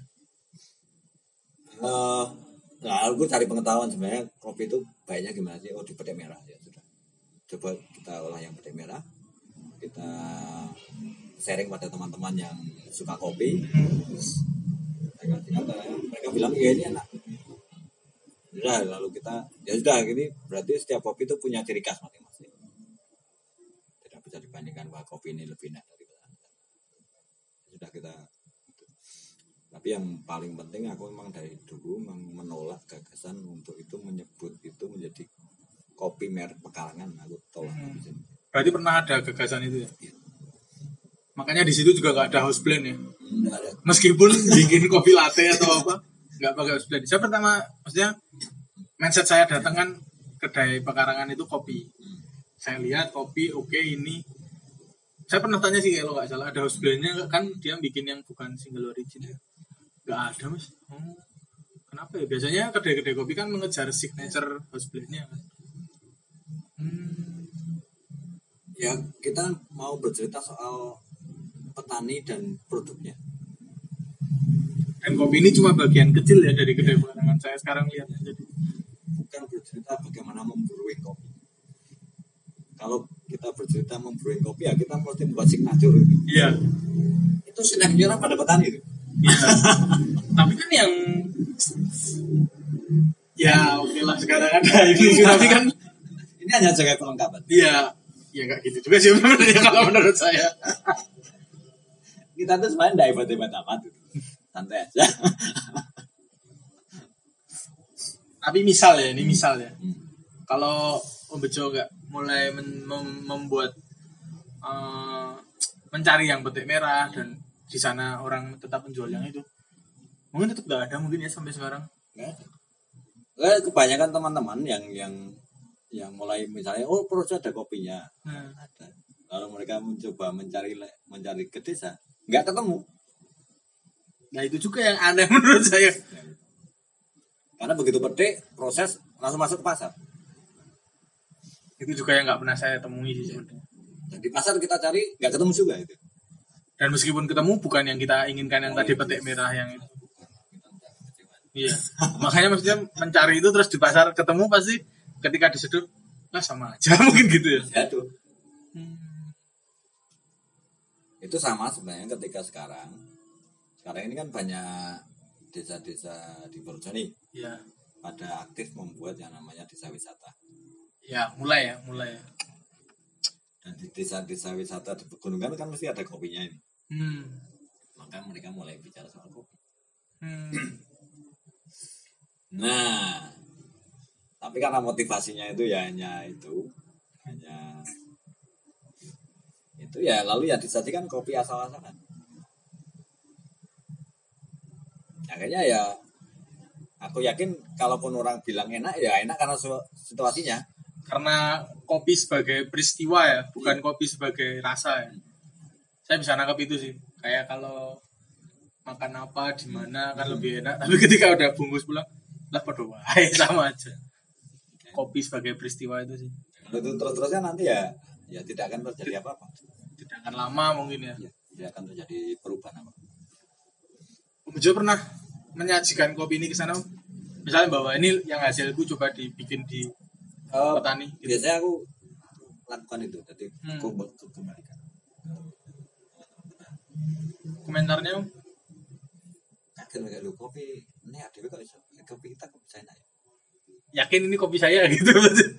Nah, aku cari pengetahuan sebenarnya kopi itu baiknya gimana sih? Oh, di petai merah ya sudah. Coba kita olah yang petai merah. Kita sharing pada teman-teman yang suka kopi. Mereka bilang iya ini enak. Sudah, lalu kita ya sudah ini berarti setiap kopi itu punya ciri khas masing-masing. Tidak bisa dibandingkan bahwa kopi ini lebih enak dari sudah kita. Tapi yang paling penting aku memang dari dulu menolak gagasan untuk itu menyebut itu menjadi kopi merek pekarangan. Aku tolak. Berarti pernah ada gagasan itu ya? Ya. Makanya di situ juga nggak ada house blend ya? Meskipun bikin kopi latte atau apa, nggak pakai house blend. Saya pertama, maksudnya mindset saya datang kan kedai pekarangan itu kopi. Saya lihat kopi, oke ini. Saya pernah tanya sih kalau nggak salah ada house blendnya kan dia bikin yang bukan single origin ya? Nggak ada mas. Kenapa ya? Biasanya kedai-kedai kopi kan mengejar signature house blendnya kan. Ya kita mau bercerita soal petani dan produknya. Dan kopi ini cuma bagian kecil ya dari kedai pekarangan saya sekarang lihat. Jadi bukan bercerita bagaimana membrewing kopi. Kalau kita bercerita membrewing kopi ya kita mesti membuat signature. Iya. Itu signature pada petani itu. Iya. Tapi kan yang ya oke lah sekarang ada ini tapi kan ini hanya sebagai pelengkapan. Iya. Ya nggak gitu juga sih sebenarnya kalau menurut saya. Kita tuh sebenarnya nggak hebat-hebat amat, santai aja. Tapi misal ya, ini misal ya. Kalau Om Bejo nggak mulai membuat mencari yang petik merah dan di sana orang tetap menjual yang itu, mungkin tetap nggak ada mungkin ya sampai sekarang. Kebanyakan teman-teman yang mulai misalnya Projo ada kopinya, ada. Lalu mereka mencoba mencari ke desa, nggak ketemu. Nah itu juga yang aneh menurut saya. Karena begitu petik proses langsung masuk ke pasar. Itu juga yang nggak pernah saya temui sih sebenarnya. Dan di pasar kita cari nggak ketemu juga itu. Dan meskipun ketemu bukan yang kita inginkan yang tadi petik merah yang itu. Iya. Makanya maksudnya mencari itu terus di pasar ketemu pasti ketika disedot lah sama aja mungkin gitu ya. Itu. Itu sama sebenarnya ketika sekarang ini kan banyak desa-desa di Projo nih. Iya. Pada aktif membuat yang namanya desa wisata. Ya, mulai. Dan di desa-desa wisata di pegunungan kan mesti ada kopinya ini. Maka mereka mulai bicara soal kopi. Nah, tapi karena motivasinya itu ya hanya itu ya lalu ya disajikan kopi asal-asalan. Akhirnya ya aku yakin kalaupun orang bilang enak ya enak karena situasinya. Karena kopi sebagai peristiwa ya, bukan kopi sebagai rasa ya. Saya bisa nangkap itu sih. Kayak kalau makan apa di mana kan lebih enak. Tapi ketika udah bungkus pulang, lah pada wae sama aja. Kopi sebagai peristiwa itu sih. Kalau itu terus-terusnya nanti ya tidak akan terjadi apa-apa. Tidak akan lama mungkin ya. Tidak akan terjadi perubahan apa. Om Bejo pernah menyajikan kopi ini ke sana, misalnya bahwa ini yang hasilku coba dibikin di petani. Gitu. Biasanya aku lakukan itu, jadi aku kembalikan. Komentarnya? Kaget kayak lu kopi, ini ada kok iso kopi kita kok bisa enak. Yakin ini kopi saya gitu.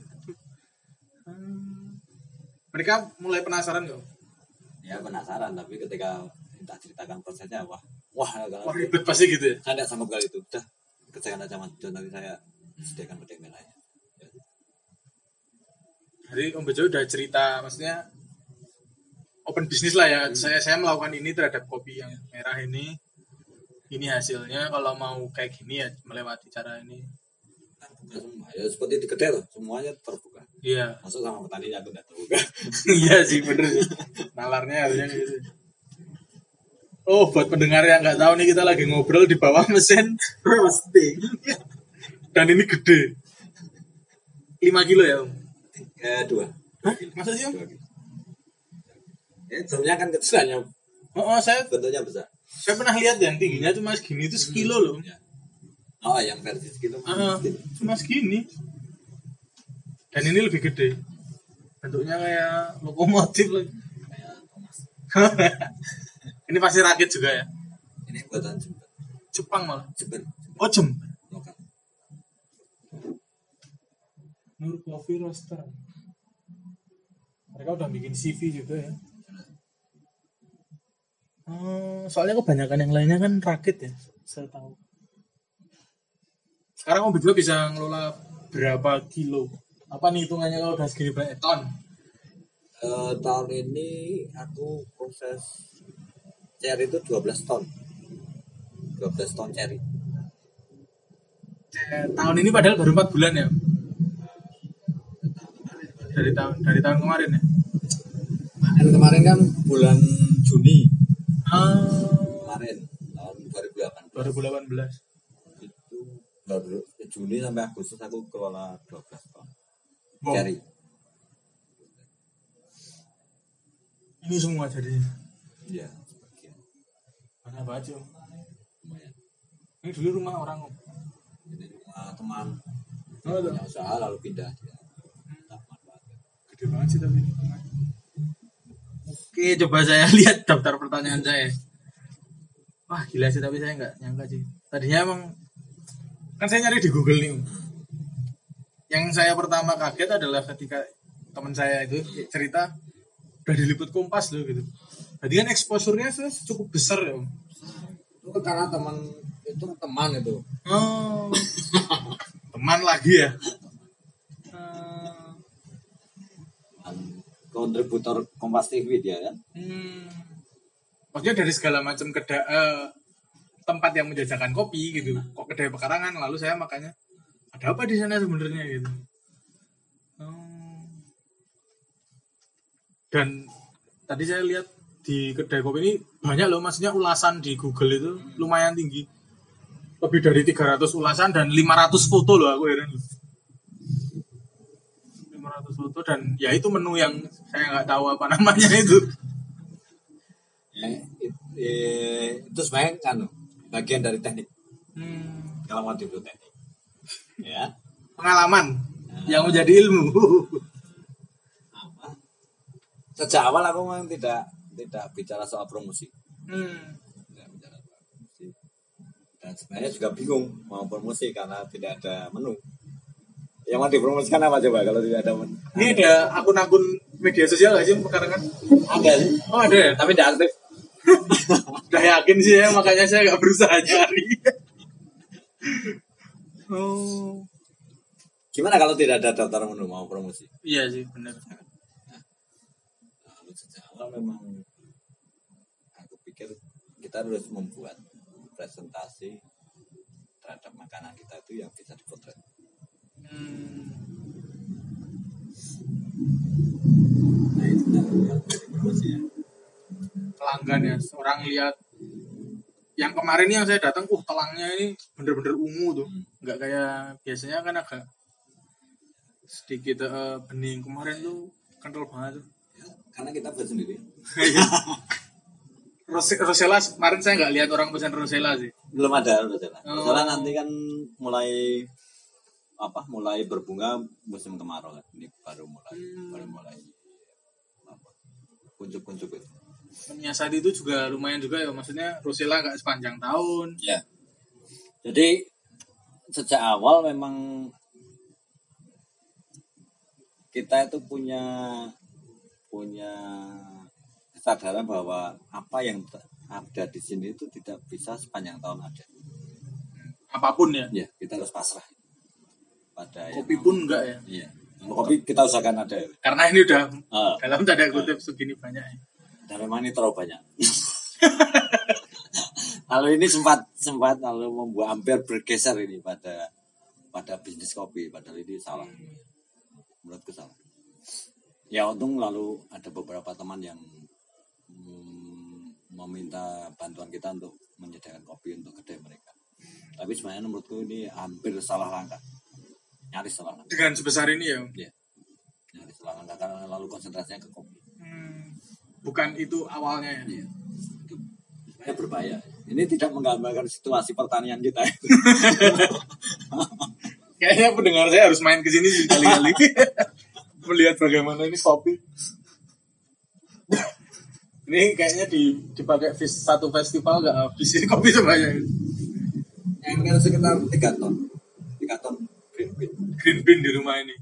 Mereka mulai penasaran nggak? Ya penasaran, tapi ketika kita ceritakan prosesnya, wah ribet pasti gitu ya. Saya tidak sanggup kali itu. Udah kerjakan aja Mas John, nanti saya sediakan petik merahnya. Jadi Om Bejo udah cerita, maksudnya open bisnis lah ya. Saya melakukan ini terhadap kopi yang merah ini. Ini hasilnya. Kalau mau kayak gini ya melewati cara ini. Bukan semua. Ya seperti di kedai loh, semuanya terbuka. Iya. Masuk sama petaninya aku tidak terbuka. Iya sih bener. Nalarnya harusnya gitu. Oh, buat pendengar yang nggak tahu nih, kita lagi ngobrol di bawah mesin roasting. Dan ini gede. 5 kilo ya, Om? 2. Hah? Masa sih, Om? 2 kilo. Jamnya kan kecilnya. Saya bentuknya besar. Saya pernah lihat yang tingginya cuma segini, itu sekilo loh. Ya. Yang versi sekilo. Cuma segini. Dan ini lebih gede. Bentuknya kayak lokomotif lagi. Kayak Thomas. Ini pasti rakit juga ya? Ini buatan Jepang malah? Jember. Oh, Jember. Lokal. Nur Coffee Roaster. Mereka udah bikin CV juga ya. Soalnya kebanyakan yang lainnya kan rakit ya, saya tahu. Sekarang Om Bejo bisa ngelola berapa kilo? Apa nih hitungannya kalau udah segini banyak ton? Tahun ini aku proses cherry itu 12 ton. 12 ton cherry. Tahun ini padahal baru 4 bulan ya? Dari tahun kemarin ya? Kemarin kan bulan Juni. Kemarin tahun 2018. Itu baru Juni sampai Agustus aku kelola 12 ton. Wow. Cherry. Ini semua jadinya? Iya. Mana apa aja? Lumayan. Ini dulu rumah orang. Ini rumah teman. punya usaha lalu pindah dia. Gede banget sih tapi. Oke, coba saya lihat daftar pertanyaan saya. Wah, gila sih tapi saya nggak nyangka sih. Tadinya emang kan saya nyari di Google nih. Yang saya pertama kaget adalah ketika teman saya itu cerita udah diliput Kompas loh gitu. Jadi kan exposure-nya cukup besar ya. Itu karena teman itu. Oh, teman lagi ya. Kontributor Kompas TV dia kan. Maksudnya dari segala macam tempat yang menjajakan kopi gitu, kok kedai pekarangan, lalu saya makanya ada apa di sana sebenarnya gitu. Dan tadi saya lihat di kedai kopi ini banyak loh, maksudnya ulasan di Google itu lumayan tinggi, lebih dari 300 ulasan dan 500 foto loh, aku heran loh. 500 foto dan ya itu menu yang saya nggak tahu apa namanya itu. Itu sebenarnya kan bagian dari teknik. Kalau mau disebut teknik, ya. Pengalaman yang menjadi ilmu. Sejak awal aku memang tidak bicara soal promosi. Tidak bicara soal promosi. Dan sebenarnya juga bingung mau promosi karena tidak ada menu. Yang mau dipromosikan apa coba kalau tidak ada menu? Ini ada akun-akun media sosial nggak sih pekarangan? Ada sih. Oh ada ya? Tapi tidak aktif. Udah yakin sih ya, makanya saya nggak berusaha cari. Oh. Gimana kalau tidak ada daftar menu mau promosi? Iya sih benar. Lalu sejak awal memang aku pikir kita harus membuat presentasi terhadap makanan kita itu yang bisa dipotret. Nah itu promosi ya. Pelanggan ya, orang lihat yang kemarin yang saya datang, telangnya ini bener-bener ungu tuh, nggak kayak biasanya kan agak sedikit bening. Kemarin tuh kental banget tuh. Ya, karena kita buat sendiri. Rosella kemarin saya nggak lihat orang pesan Rosella sih. Belum ada Rosella. Rosella nanti kan mulai berbunga musim kemarau kan. Ini baru mulai kuncup-kuncup itu. Menyiasati itu juga lumayan juga ya, maksudnya Rosella nggak sepanjang tahun. Ya. Jadi sejak awal memang kita itu punya kesadaran bahwa apa yang ada di sini itu tidak bisa sepanjang tahun ada. Apapun ya. Ya, kita harus pasrah pada kopi pun enggak ya. Iya. Kopi kita usahakan ada. Karena ini udah dalam tanda kutip segini banyak ya. Dan memang ini terlalu banyak. Lalu ini sempat lalu membuat hampir bergeser ini pada bisnis kopi, padahal ini salah. Menurutku salah. Ya untung lalu ada beberapa teman yang meminta bantuan kita untuk menyediakan kopi untuk kedai mereka. Tapi sebenarnya menurutku ini hampir salah langkah. Nyaris salah langkah. Dengan sebesar ini ya? Iya. Nyaris salah langkah karena lalu konsentrasinya ke kopi. Bukan itu awalnya ya? Iya. Itu sebenarnya berbahaya. Ini tidak menggambarkan situasi pertanian kita. Kayaknya pendengar saya harus main ke sini sekali-kali. Melihat bagaimana ini kopi. Ini kayaknya dipakai satu festival nggak habis ini kopi sebanyak. Yang sekitar 3 ton green bean di rumah ini.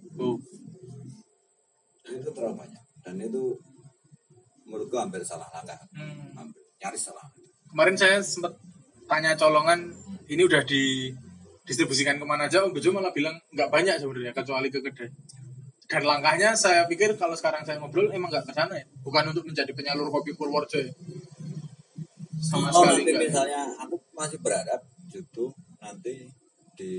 Dan itu terlalu banyak. Dan itu menurutku hampir salah langkah. Hampir nyaris salah. Kemarin saya sempat tanya colongan, ini udah didistribusikan kemana aja? Om Bejo malah bilang nggak banyak sebenarnya, kecuali ke kedai. Dan langkahnya saya pikir kalau sekarang saya ngobrol emang nggak ke sana ya, bukan untuk menjadi penyalur kopi Purworejo ya. Sama sekali nanti enggak. Misalnya aku masih berharap justru nanti di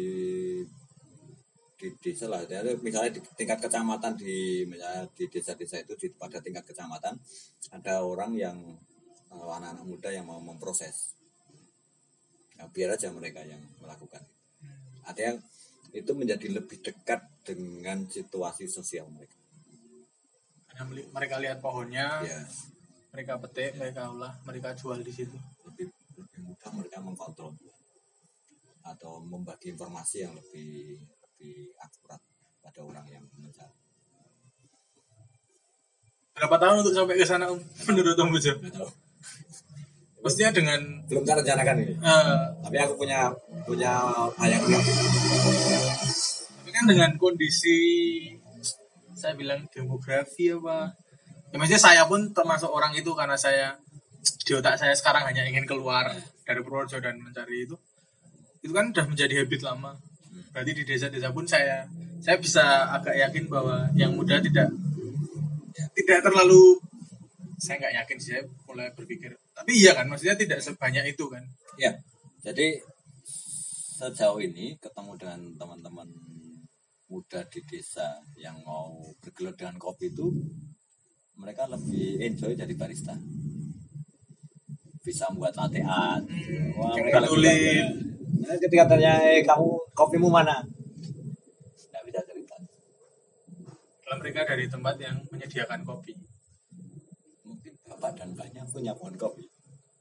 desa lah, misalnya di tingkat kecamatan misalnya di desa-desa itu pada tingkat kecamatan ada orang yang anak-anak muda yang mau memproses. Nah, biar aja mereka yang melakukan. Artinya itu menjadi lebih dekat dengan situasi sosial mereka. Karena mereka lihat pohonnya, ya. Mereka petik, mereka olah, mereka jual di situ. Lebih mudah mereka mengkontrol atau membagi informasi yang lebih lebih akurat pada orang yang mencari. Berapa tahun untuk sampai ke sana menurut Om Bejo? Nggak tahu. Pastinya dengan Belum terencanakan ini. Tapi aku punya bayangan. tapi kan dengan kondisi saya bilang demografi apa ya, maksudnya saya pun termasuk orang itu karena saya di otak saya sekarang hanya ingin keluar dari Purworejo dan mencari itu kan udah menjadi habit lama. Berarti di desa-desa pun saya bisa agak yakin bahwa yang muda tidak terlalu, saya nggak yakin sih, saya mulai berpikir tapi iya kan, maksudnya tidak sebanyak itu kan Ya, jadi sejauh ini ketemu dengan teman-teman muda di desa yang mau bergelut dengan kopi itu mereka lebih enjoy jadi barista, bisa membuat latte art. Wah, mereka lebih tulis nah, ketika tanya kamu kopimu mana, nggak bisa cerita. kalau mereka dari tempat yang menyediakan kopi. Mungkin bapak dan mbaknya punya pohon kopi,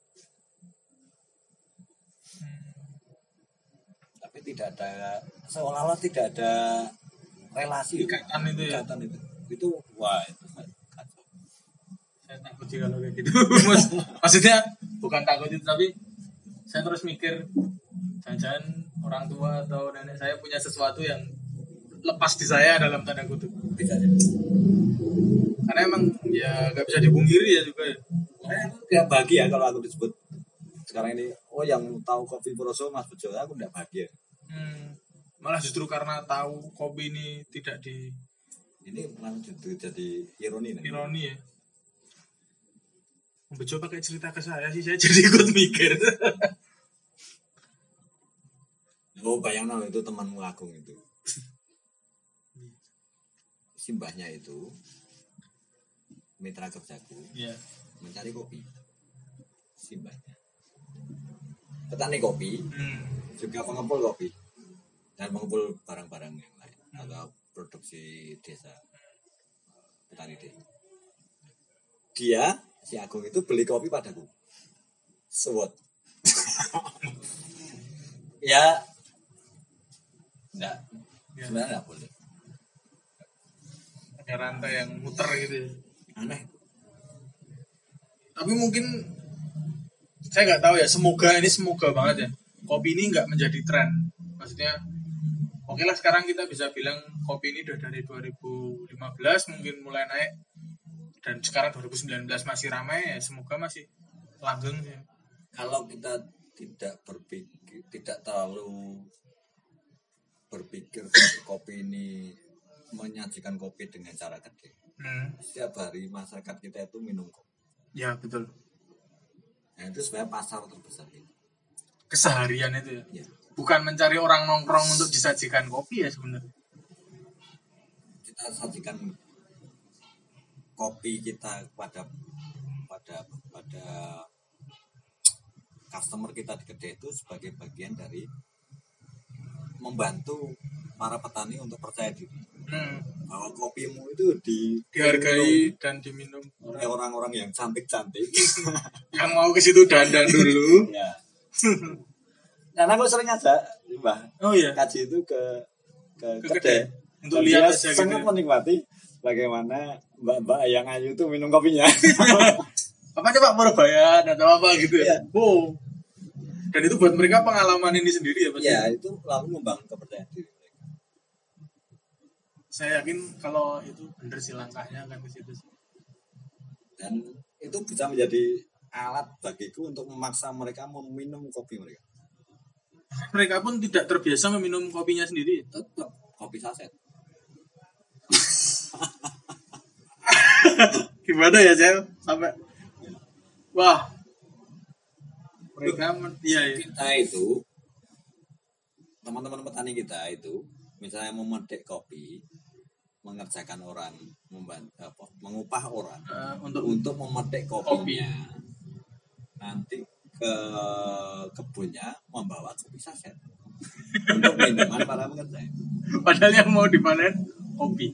tapi tidak ada, seolah-olah tidak ada relasi Ikatan itu ya. Itu wah itu kacau. Saya takut sih kalau kayak gitu. Maksudnya bukan takut itu, tapi saya terus mikir jangan-jangan orang tua atau nenek saya punya sesuatu yang lepas di saya dalam tanda kutip. Bisa aja. Karena emang ya gak bisa dipungkiri ya juga ya. Saya tidak bahagia kalau aku disebut sekarang ini, oh yang tahu kopi Purworejo Mas Bejo, aku tidak bahagia. Malah justru karena tahu kopi ini tidak di Ini malah justru jadi ironi nih. ironi ya. Bejo pakai cerita ke saya sih, saya jadi ikut mikir. Oh bayangkan itu temanmu Agung itu, simbahnya itu mitra kerjaku, Iya. mencari kopi, simbahnya petani kopi, juga pengepul kopi dan pengepul barang-barang yang lain atau produksi desa, petani desa. Dia si Agung itu beli kopi padaku, sewot. Ya enggak, sebenarnya enggak boleh. Ada rantai yang muter gitu ya. Aneh. Tapi mungkin saya nggak tahu ya, semoga banget ya kopi ini nggak menjadi tren. Maksudnya oke lah, sekarang kita bisa bilang kopi ini udah dari 2015 mungkin mulai naik dan sekarang 2019 masih ramai ya, semoga masih langgeng ya. Kalau kita tidak terlalu berpikir kopi ini menyajikan kopi dengan cara gede. Setiap hari masyarakat kita itu minum kopi. Ya betul. Nah itu sebenarnya pasar terbesar kita. Keseharian itu ya. Ya. Bukan mencari orang nongkrong untuk disajikan kopi ya sebenarnya. Kita sajikan kopi kita pada customer kita di kedai itu sebagai bagian dari membantu para petani untuk percaya diri bahwa kopimu itu dihargai dan diminum oleh orang-orang yang cantik-cantik yang mau ke situ dandan dulu. Ya. Karena aku sering ngajak Mbah. Oh iya. Kaji itu ke kedai untuk dan lihat dia aja sangat gitu. menikmati bagaimana mbak-mbak yang ayu itu minum kopinya. Apa coba Purbayan atau apa gitu ya. Ya. Oh. Dan itu buat mereka pengalaman ini sendiri ya pasti. Ya itu lalu membangun kepercayaan diri mereka. Saya yakin kalau itu benar sih langkahnya akan ke situ. Dan itu bisa menjadi alat bagiku untuk memaksa mereka meminum kopi mereka. Mereka pun tidak terbiasa meminum kopinya sendiri. Tetap kopi saset. Gimana ya saya sampai wah mereka iya. Kita itu teman-teman petani kita itu misalnya memetik kopi, mengerjakan orang, mengupah orang untuk memetik kopinya. Nanti ke kebunnya membawa kopi saset untuk minuman para pekerja. Padahal yang mau dipanen kopi.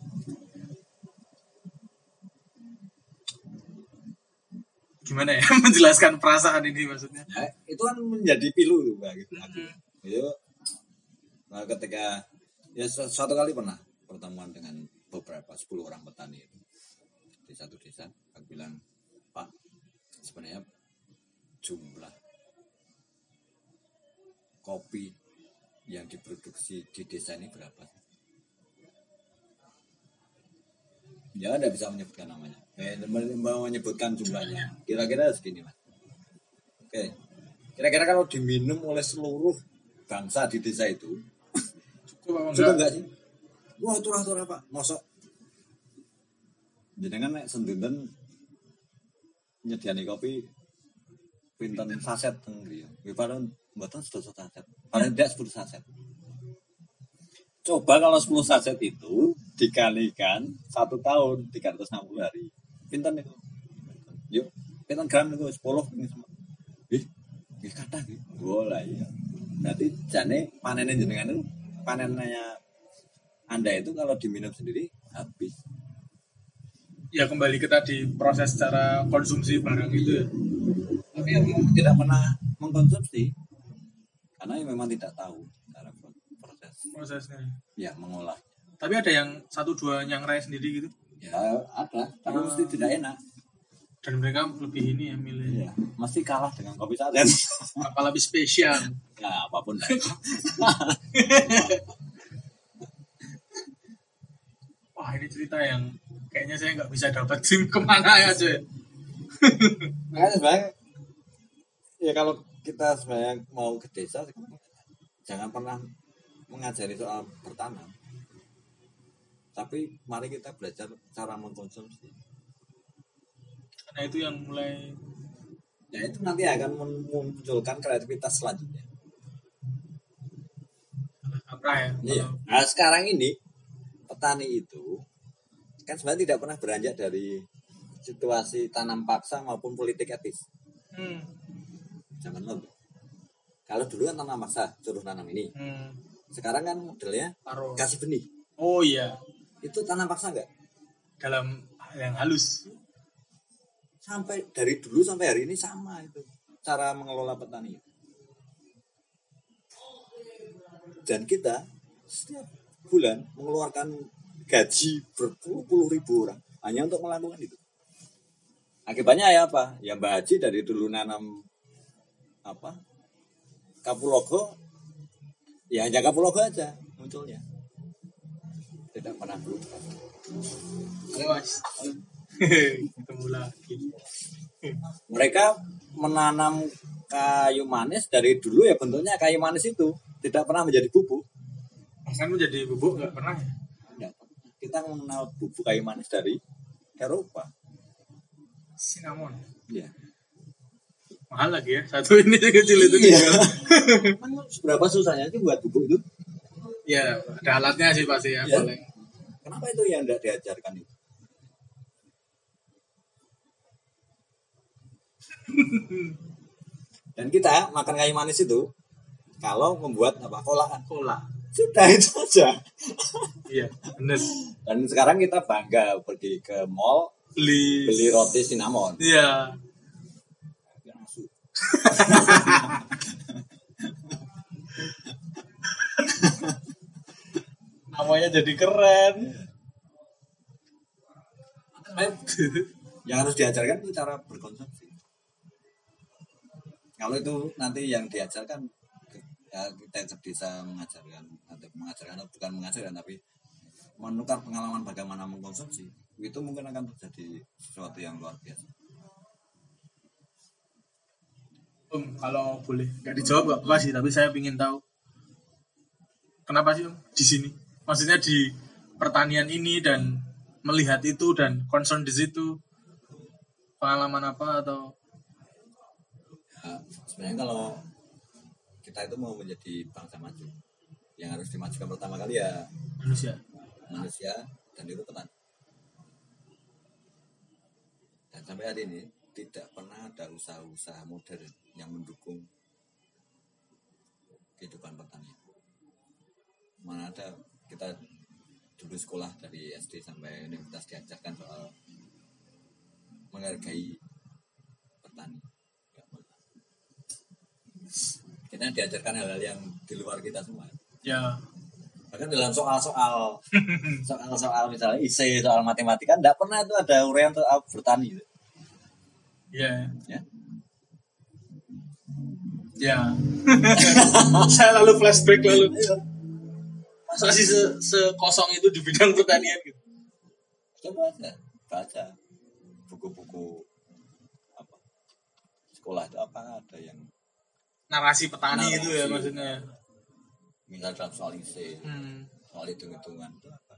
Gimana ya menjelaskan perasaan ini maksudnya? Ya, itu kan menjadi pilu tuh Mbak gitu. Nah, ketika Ya suatu kali pernah pertemuan dengan beberapa 10 orang petani itu di satu desa. Aku bilang, Pak, sebenarnya jumlah kopi yang diproduksi di desa ini berapa? Ya, tidak bisa menyebutkan namanya. Menyebutkan jumlahnya. Kira-kira segini, Mas. Oke. Kira-kira kalau diminum oleh seluruh bangsa di desa itu, cukup enggak sih? Wah, turah-turah Pak, mosok. Jenengan nek sendenden nyediani kopi pinten saset teng griya. Nggih paling mboten 10 saset. Paling tidak 10 saset. Coba kalau 10 saset itu dikalikan 1 tahun 360 hari. Pinten itu? Yuk, pinten gram itu 10 ini sama. Nggih kathah nggih. Oh lah iya. Berarti jane panenen jenengan itu panennya Anda itu kalau diminum sendiri habis. Ya kembali ke tadi proses cara konsumsi barang itu ya. Tapi yang memang tidak pernah mengkonsumsi karena memang tidak tahu cara prosesnya. Ya mengolah. Tapi ada yang 1-2 nyangrai sendiri gitu? Ya ada, tapi mesti tidak enak. Dan mereka lebih ini ya milih. Ya, mesti kalah dengan kopi saset. Apa lebih spesial? Ya apapun. Wah ini cerita yang kayaknya saya nggak bisa dapat SIM kemana ya cuy. Makanya sebenarnya ya kalau kita sebenarnya mau ke desa jangan pernah mengajari soal bertanam, tapi mari kita belajar cara mengkonsumsi. Karena itu yang mulai Ya itu nanti akan memunculkan kreativitas selanjutnya. apa ya? Iya. Nah sekarang ini petani itu kan sebenarnya tidak pernah beranjak dari situasi tanam paksa maupun politik etis. Zaman dulu. Kalau dulu kan tanam paksa, suruh tanam ini. Sekarang kan modelnya kasih benih. Oh iya. Itu tanam paksa enggak? Dalam yang halus. Sampai dari dulu sampai hari ini sama itu cara mengelola petani. Dan kita setiap bulan mengeluarkan gaji berpuluh-puluh ribu orang hanya untuk melakukan itu. Akibatnya ya apa? Ya Mbak Haji dari dulu nanam apa? Kapulaga, ya hanya kapulaga aja munculnya. Tidak pernah berubah. Ayo Mas. Ketemu lagi. Mereka menanam kayu manis dari dulu ya bentuknya kayu manis itu tidak pernah menjadi bubuk. Bahkan menjadi bubuk nggak pernah ya? Nggak. Kita mengenal bubuk kayu manis dari Eropa. Cinnamon. Iya. Mahal lagi ya. Satu ini kecil itu. Iya. Berapa susahnya sih buat bubuk itu? Ya, ada alatnya sih pasti ya, Ya. paling. Kenapa itu yang tidak diajarkan itu? Dan kita makan kayu manis itu kalau membuat apa cola. Sudah itu saja. Iya, benar. Dan sekarang kita bangga pergi ke mall beli roti cinnamon. Iya. Namanya jadi keren. Yang harus diajarkan itu cara berkonsumsi. Kalau itu nanti yang diajarkan ya kita bisa mengajarkan atau bukan mengajarkan tapi menukar pengalaman bagaimana mengkonsumsi itu mungkin akan terjadi sesuatu yang luar biasa. Kalau boleh nggak dijawab nggak apa sih, tapi saya ingin tahu kenapa sih di sini, maksudnya di pertanian ini dan melihat itu dan concern di situ, pengalaman apa atau Ya, sebenarnya kalau kita itu mau menjadi bangsa maju, yang harus dimajukan pertama kali ya manusia dan itu petani. Dan sampai hari ini tidak pernah ada usaha-usaha modern yang mendukung kehidupan petani. Mana ada kita dulu sekolah dari SD sampai universitas diajarkan soal menghargai petani. Kita diajarkan hal-hal yang di luar kita semua. ya Bahkan dalam soal-soal misalnya IC, soal matematika enggak pernah itu ada uraian soal bertani gitu. Iya. Ya. Ya. Saya lalu flashback lalu. Masa sih sekosong itu di bidang pertanian gitu. Coba aja baca buku-buku apa sekolah itu apa ada yang Narasi petani narasi, itu ya maksudnya. Misal dalam soal IC, soal hitung-hitungan itu apa?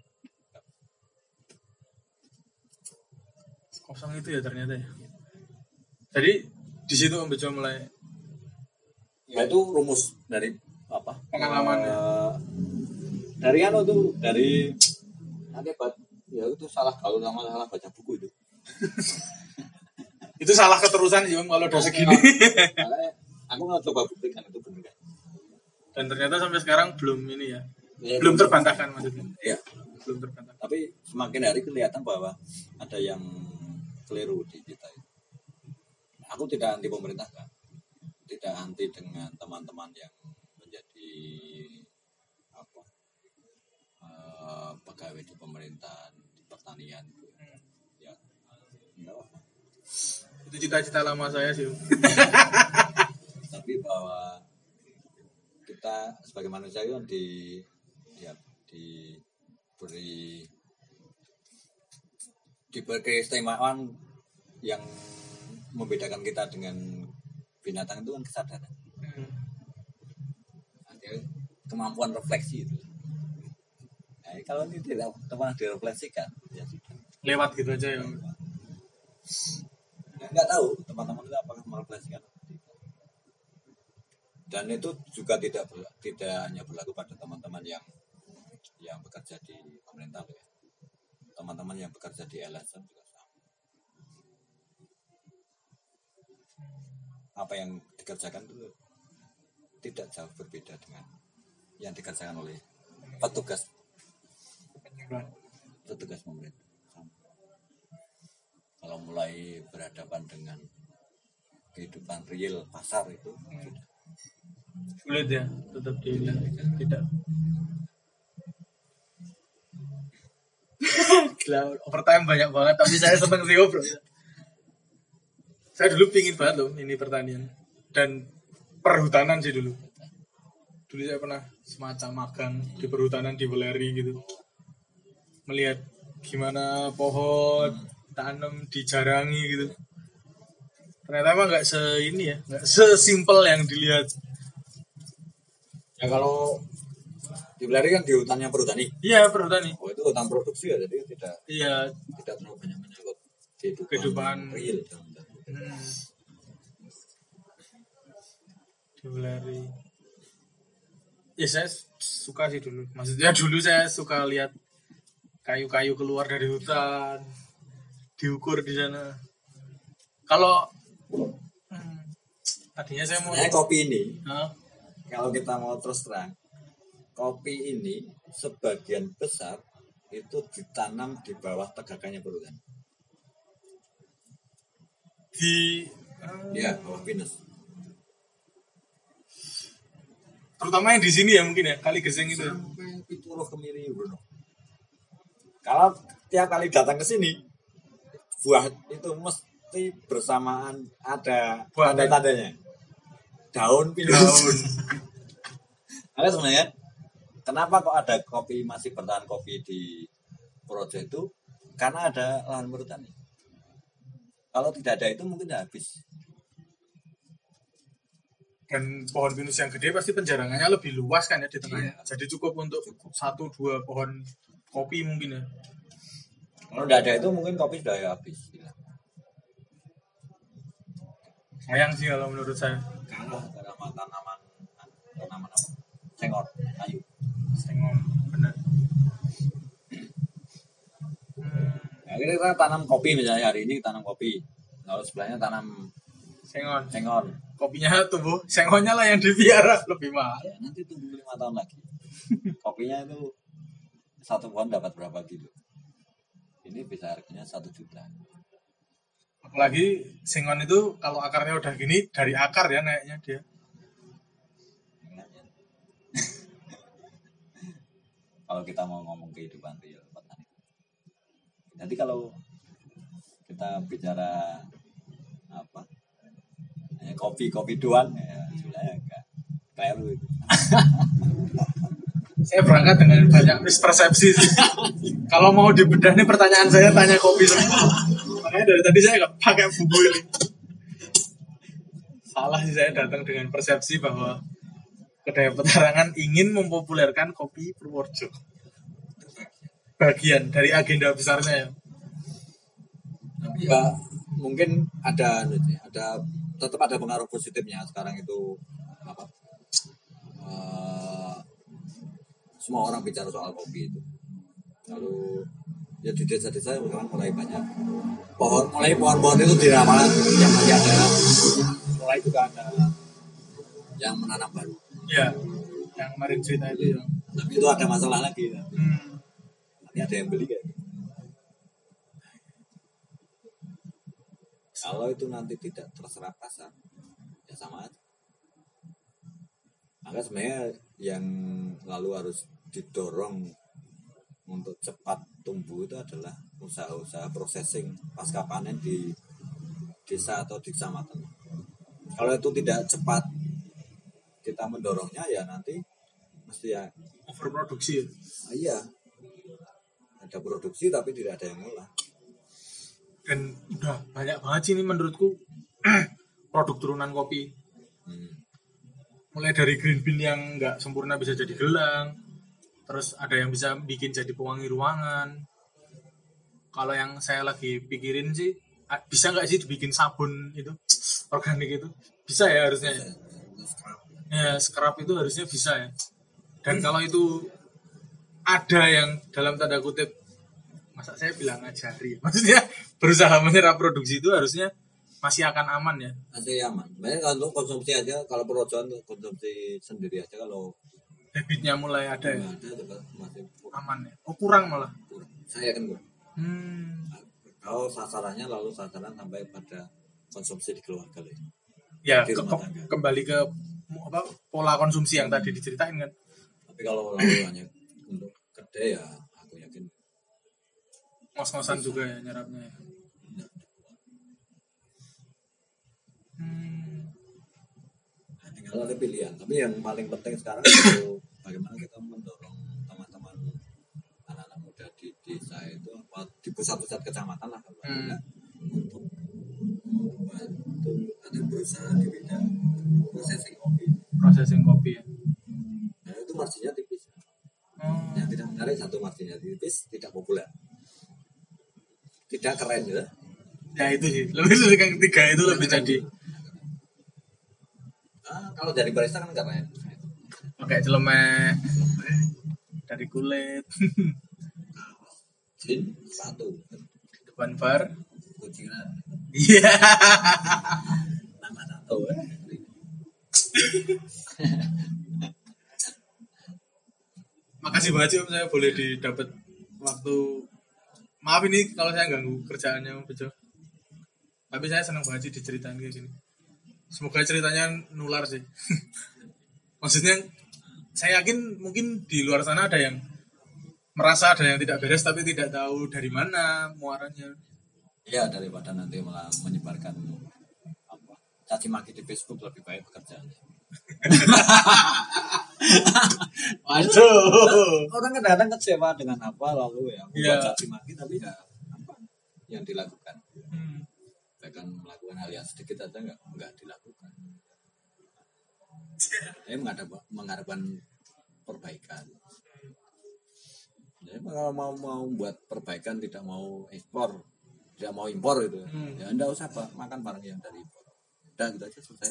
Kosong itu ya ternyata ya. Jadi di situ Om Bejo mulai. Ya itu rumus dari apa? Pengalaman ya. Dari dari akibat ya itu salah gaul sama salah baca buku itu. Itu salah keterusan sih Om kalau udah segini. Aku nggak coba buktikan itu benar. Dan ternyata sampai sekarang belum ini ya. Belum terbantahkan maksudnya. Iya. Belum terbantahkan. Tapi semakin hari kelihatan bahwa ada yang keliru di kita. Aku tidak anti pemerintah kan. Tidak anti dengan teman-teman yang menjadi apa pegawai di pemerintahan di pertanian ya enggak apa. Itu cita-cita lama saya sih. Tapi bahwa kita sebagai manusia kan diberi keistimewaan yang membedakan kita dengan binatang itu kan kesadaran. Kemampuan refleksi itu. Nah, kalau ini tidak pernah direfleksikan, ya sudah. Lewat gitu aja ya. Nggak tahu teman-teman itu apakah merefleksikan. Dan itu juga tidak hanya berlaku pada teman-teman yang bekerja di pemerintah ya. Teman-teman yang bekerja di LSM juga sama. Apa yang dikerjakan itu tidak jauh berbeda dengan yang dikerjakan oleh petugas pemerintah. Kalau mulai berhadapan dengan kehidupan real pasar itu sulit ya, tetap tidak. Gila, overtime banyak banget, tapi saya seneng sih bro. Saya dulu pingin banget loh ini pertanian dan perhutanan sih dulu. Dulu saya pernah semacam magang di perhutanan di Weleri gitu. Melihat gimana pohon tanam dijarangi gitu. Ternyata emang nggak nggak sesimpel yang dilihat. Ya kalau di Weleri kan di hutannya perhutani. Iya perhutani. Oh itu hutan produksi ya, jadi tidak terlalu banyak menyangkut kehidupan real. Di Weleri. Ya saya suka sih dulu. Maksudnya dulu saya suka lihat kayu-kayu keluar dari hutan, diukur di sana. Kalau tadinya saya mau kopi ini, kalau kita mau terus terang, kopi ini sebagian besar itu ditanam di bawah tegakannya perhutani. Ya, bawah pinus. Terutama yang di sini ya mungkin ya, Kali Geseng itu. Sampai Pituro Kemiri Bruno. Kalau tiap kali datang ke sini, buah itu mesti bersamaan ada tanda-tandanya. Daun pinus. Karena sebenarnya kenapa kok ada kopi masih bertahan kopi di Projo itu? Karena ada lahan perhutani. Kalau tidak ada itu mungkin udah habis. Dan pohon pinus yang gede pasti penjarangannya lebih luas kan ya di tengahnya. Iya. Jadi cukup untuk 1-2 pohon kopi mungkin ya. Kalau tidak ada itu mungkin kopi sudah habis. Sayang sih kalau menurut saya. Kalah sama tanaman apa? Sengon, kayu. Sengon, benar. Akhirnya kita tanam kopi misalnya hari ini tanam kopi. Lalu sebelahnya tanam sengon. Kopinya tumbuh, sengonnya lah yang dipiara lebih mahal. Ya, nanti tunggu 5 tahun lagi. Kopinya itu 1 pohon dapat berapa kilo? Ini bisa harganya 1 juta. Apalagi sengon itu kalau akarnya udah gini dari akar ya naiknya dia. Kalau kita mau ngomong kehidupan real petani. Jadi kalau kita bicara apa? Kopi doang ya sebenarnya enggak keliru itu. Saya berangkat dengan banyak mispersepsi sih. Kalau mau dibedah nih pertanyaan saya tanya kopi semua. Makanya dari tadi saya nggak pakai buku ini. Salah sih, saya datang dengan persepsi bahwa Kedai Petarangan ingin mempopulerkan kopi Purworejo. Bagian dari agenda besarnya ya. Tapi ya mungkin ada tetap ada pengaruh positifnya sekarang itu apa? Semua orang bicara soal kopi itu. Lalu ya di desa-desa memang mulai banyak pohon-pohon itu dirawat, yang masih ada, mulai juga ada yang menanam baru. Ya, yang kemarin cerita itu ya. Tapi itu ada masalah lagi. Nanti ada yang beli kan? Kalau itu nanti tidak terserap pasar, ya sama aja. Maka sebenarnya yang lalu harus didorong untuk cepat tumbuh itu adalah usaha-usaha processing pasca panen di desa atau di kecamatan. Kalau itu tidak cepat kita mendorongnya ya nanti mesti ya overproduksi ya. Iya, ada produksi tapi tidak ada yang ngolah. Dan udah banyak banget sih ini menurutku produk turunan kopi. Mulai dari green bean yang nggak sempurna bisa jadi gelang, terus ada yang bisa bikin jadi pewangi ruangan. Kalau yang saya lagi pikirin sih, bisa nggak sih dibikin sabun itu organik itu? Bisa ya harusnya ya. Ya scrub itu harusnya bisa ya. Dan kalau itu ada yang dalam tanda kutip, masa saya bilang ngajari, maksudnya berusaha menyerap produksi itu harusnya masih akan aman ya. Masih aman. Banyak kalau untuk konsumsi aja, kalau perojohan untuk konsumsi sendiri aja kalau habitnya mulai ada ya. Ada juga masih aman ya. Oh kurang malah. Kurang. Saya yakin kurang. Kalau sasarannya lalu sasaran sampai pada konsumsi di keluarga lah. Ya kembali ke apa pola konsumsi yang tadi diceritain kan. Tapi kalau lalu hanya untuk kedai ya aku yakin ngos-ngosan juga ya nyerapnya ya. Tinggal ada pilihan. Tapi yang paling penting sekarang itu bagaimana kita mendorong teman-teman anak-anak muda di desa itu di pusat-pusat kecamatan lah untuk membantu atau berusaha di bidang processing kopi ya. Nah itu marginnya tipis. Yang tidak menarik satu marginnya tipis, tidak populer, tidak keren ya. Ya itu sih lebih yang ketiga itu lebih jadi. Kalau dari barista kan keren. Pakai celemek dari kulit. Jin sepatu. Depan bar. Kucingan. Iya. Nama tato ya. Makasih banget Om, saya boleh didapat waktu. Maaf ini kalau saya ganggu kerjaannya Om Bejo. Tapi saya senang banget sih diceritain kayak gini. Semoga ceritanya nular sih. Maksudnya saya yakin mungkin di luar sana ada yang merasa ada yang tidak beres tapi tidak tahu dari mana muaranya. Ya daripada nanti malah menyebarkan caci maki di Facebook, lebih baik pekerjaannya. Waduh. Orang kadang-kadang kecewa dengan apa lalu ya buat caci maki tapi ya apa yang dilakukan. Bahkan melakukan hal yang sedikit aja nggak dilakukan. Saya mengharapkan perbaikan. Jadi kalau mau buat perbaikan tidak mau ekspor, tidak mau impor gitu. Ya enggak usah makan barang yang dari impor. Udah gitu aja selesai.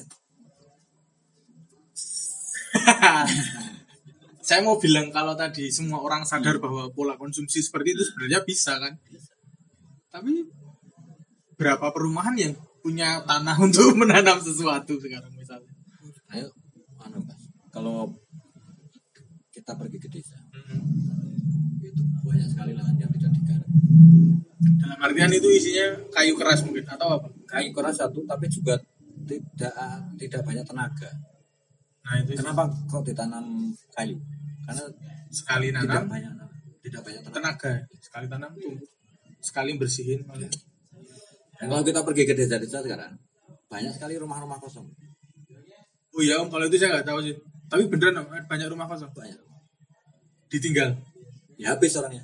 Saya mau bilang kalau tadi semua orang sadar bahwa pola konsumsi seperti itu sebenarnya bisa kan. Tapi berapa perumahan yang punya tanah untuk menanam sesuatu sekarang misalnya? Ayo, Mas. Kalau kita pergi ke desa, itu banyak sekali lahan yang tidak digarap. Dalam artian itu isinya kayu keras mungkin atau apa? Kayu keras satu, tapi juga tidak banyak tenaga. Nah itu kenapa kok ditanam kayu? Karena sekali nanam tidak banyak tenaga. Sekali tanam tuh sekali bersihin. Dan kalau kita pergi ke desa-desa sekarang banyak sekali rumah-rumah kosong. Oh iya Om, kalau itu saya nggak tahu sih. Tapi beneran Om, banyak rumah kosong. Banyak. Ditinggal. Ya habis orangnya.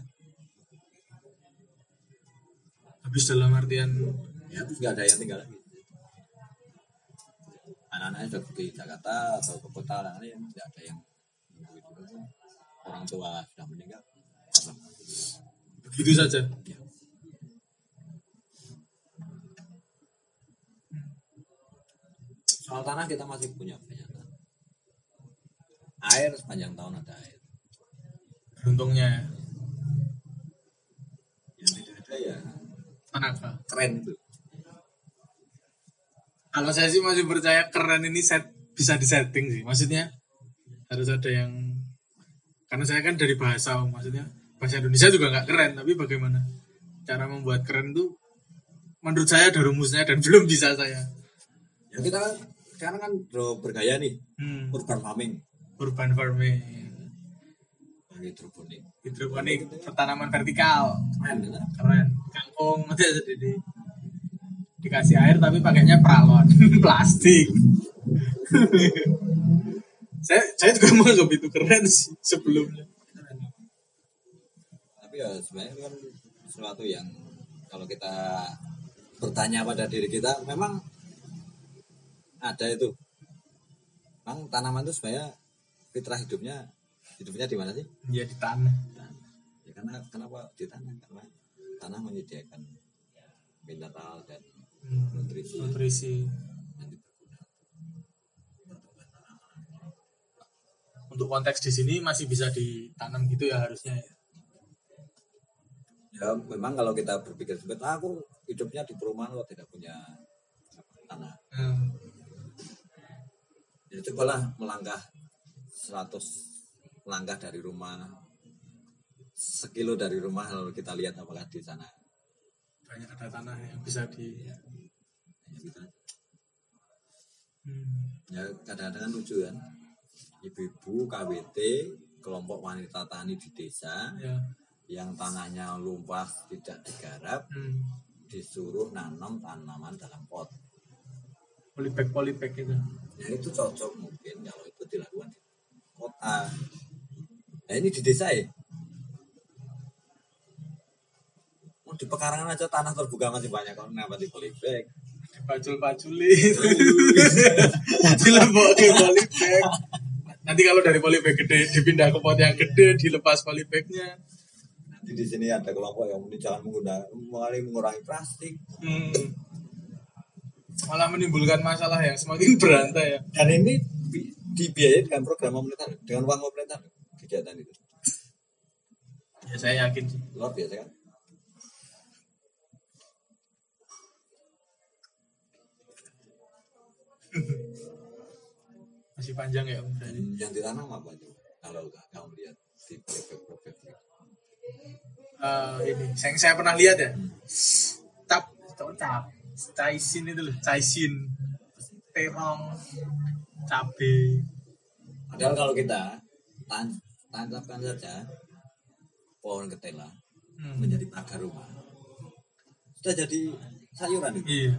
Habis dalam artian Ya habis nggak ada yang tinggal lagi. Anak-anaknya sudah pergi ke Jakarta atau ke kota lain, tidak ada yang orang tua sudah meninggal. begitu saja. Ya. Soal tanah kita masih punya banyak tanah. Air sepanjang tahun ada air. Beruntungnya Yang tidak ada ya tenaga. keren itu. Kalau saya sih masih percaya keren ini bisa disetting sih. Maksudnya harus ada yang, karena saya kan dari bahasa Om, maksudnya bahasa Indonesia juga nggak keren, tapi bagaimana cara membuat keren tuh menurut saya ada rumusnya dan belum bisa saya. Ya kita sekarang kan bergaya nih urban farming, Urban farming, hidroponik, pertanaman vertikal, keren. Kangkung dikasih air tapi pakainya pralon plastik. saya juga mau coba itu, keren sih sebelumnya. Tapi ya sebenarnya kan sesuatu yang kalau kita bertanya pada diri kita, memang ada itu. Memang tanaman itu sebenarnya fitrah hidupnya di mana sih? Ya di tanah. Ya karena kenapa di tanah? Karena tanah menyediakan mineral dan nutrisi. Untuk konteks di sini masih bisa ditanam gitu ya harusnya ya. Ya memang kalau kita berpikir seperti aku hidupnya di perumahan kok tidak punya tanah. Ya cobalah melangkah 100 langkah dari rumah, sekilo dari rumah, lalu kita lihat apakah di sana banyak ada tanah yang bisa ya kadang-kadang kan lucu kan, ibu-ibu KWT kelompok wanita tani di desa ya, yang tanahnya luas tidak digarap, disuruh nanam tanaman dalam pot polybag itu. Ya itu cocok mungkin kalau itu dilakukan di kota. Nah ini di desa ya, di pekarangan aja tanah terbuka masih banyak, kalau kenapa di polybag? Dipacul-paculi, dilebok ke polybag. Nanti kalau dari polybag gede dipindah ke pot yang gede, dilepas polybagnya. Nanti di sini ada kelompok yang jangan mengurangi plastik. Malah menimbulkan masalah yang semakin berantai ya. Dan ini dibiayai dengan program pemerintah, dengan uang pemerintah kegiatan itu. Ya saya yakin sih. Luar biasa kan? Masih panjang ya Om. Yang ditanam apa itu? Kalau kamu lihat di proyek-proyek ini saya pernah lihat ya. Caisin itu loh, caisin, terong, cabe. Padahal kalau kita tancapkan saja pohon ketela menjadi pagar rumah, sudah jadi sayuran itu. Iya.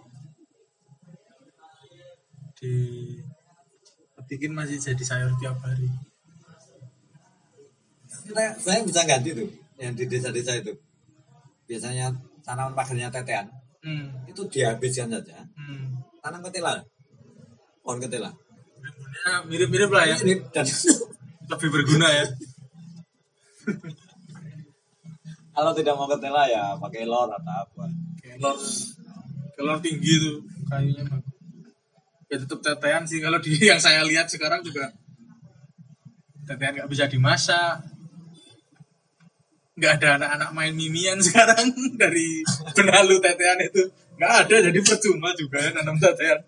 Dipetikin masih jadi sayur tiap hari. Saya bisa ganti tuh yang di desa-desa itu. Biasanya tanaman pagarnya tetean, itu dihabiskan saja. Tanam ketela, pohon ketela. Mirip-mirip lah ya. Dan lebih berguna ya. Kalau tidak mau ketela ya pakai lor atau apa. Kelor tinggi tuh kayunya. Ya tetap tetean sih, kalau di yang saya lihat sekarang juga tetean nggak bisa dimasak, nggak ada anak-anak main mimian sekarang dari benalu tetean itu nggak ada, jadi percuma juga ya nanam tetean.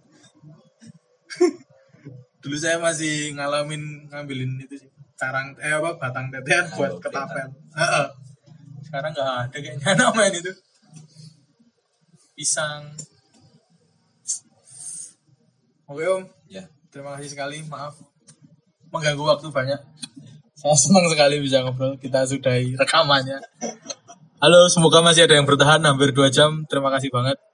Dulu saya masih ngambilin itu sih batang tetean buat ketapel. Sekarang nggak ada kayaknya anak main itu. Pisang. Oke Om, ya. Terima kasih sekali, maaf mengganggu waktu banyak. Saya senang sekali bisa ngobrol. Kita sudahi rekamannya. Halo, semoga masih ada yang bertahan hampir 2 jam. Terima kasih banget.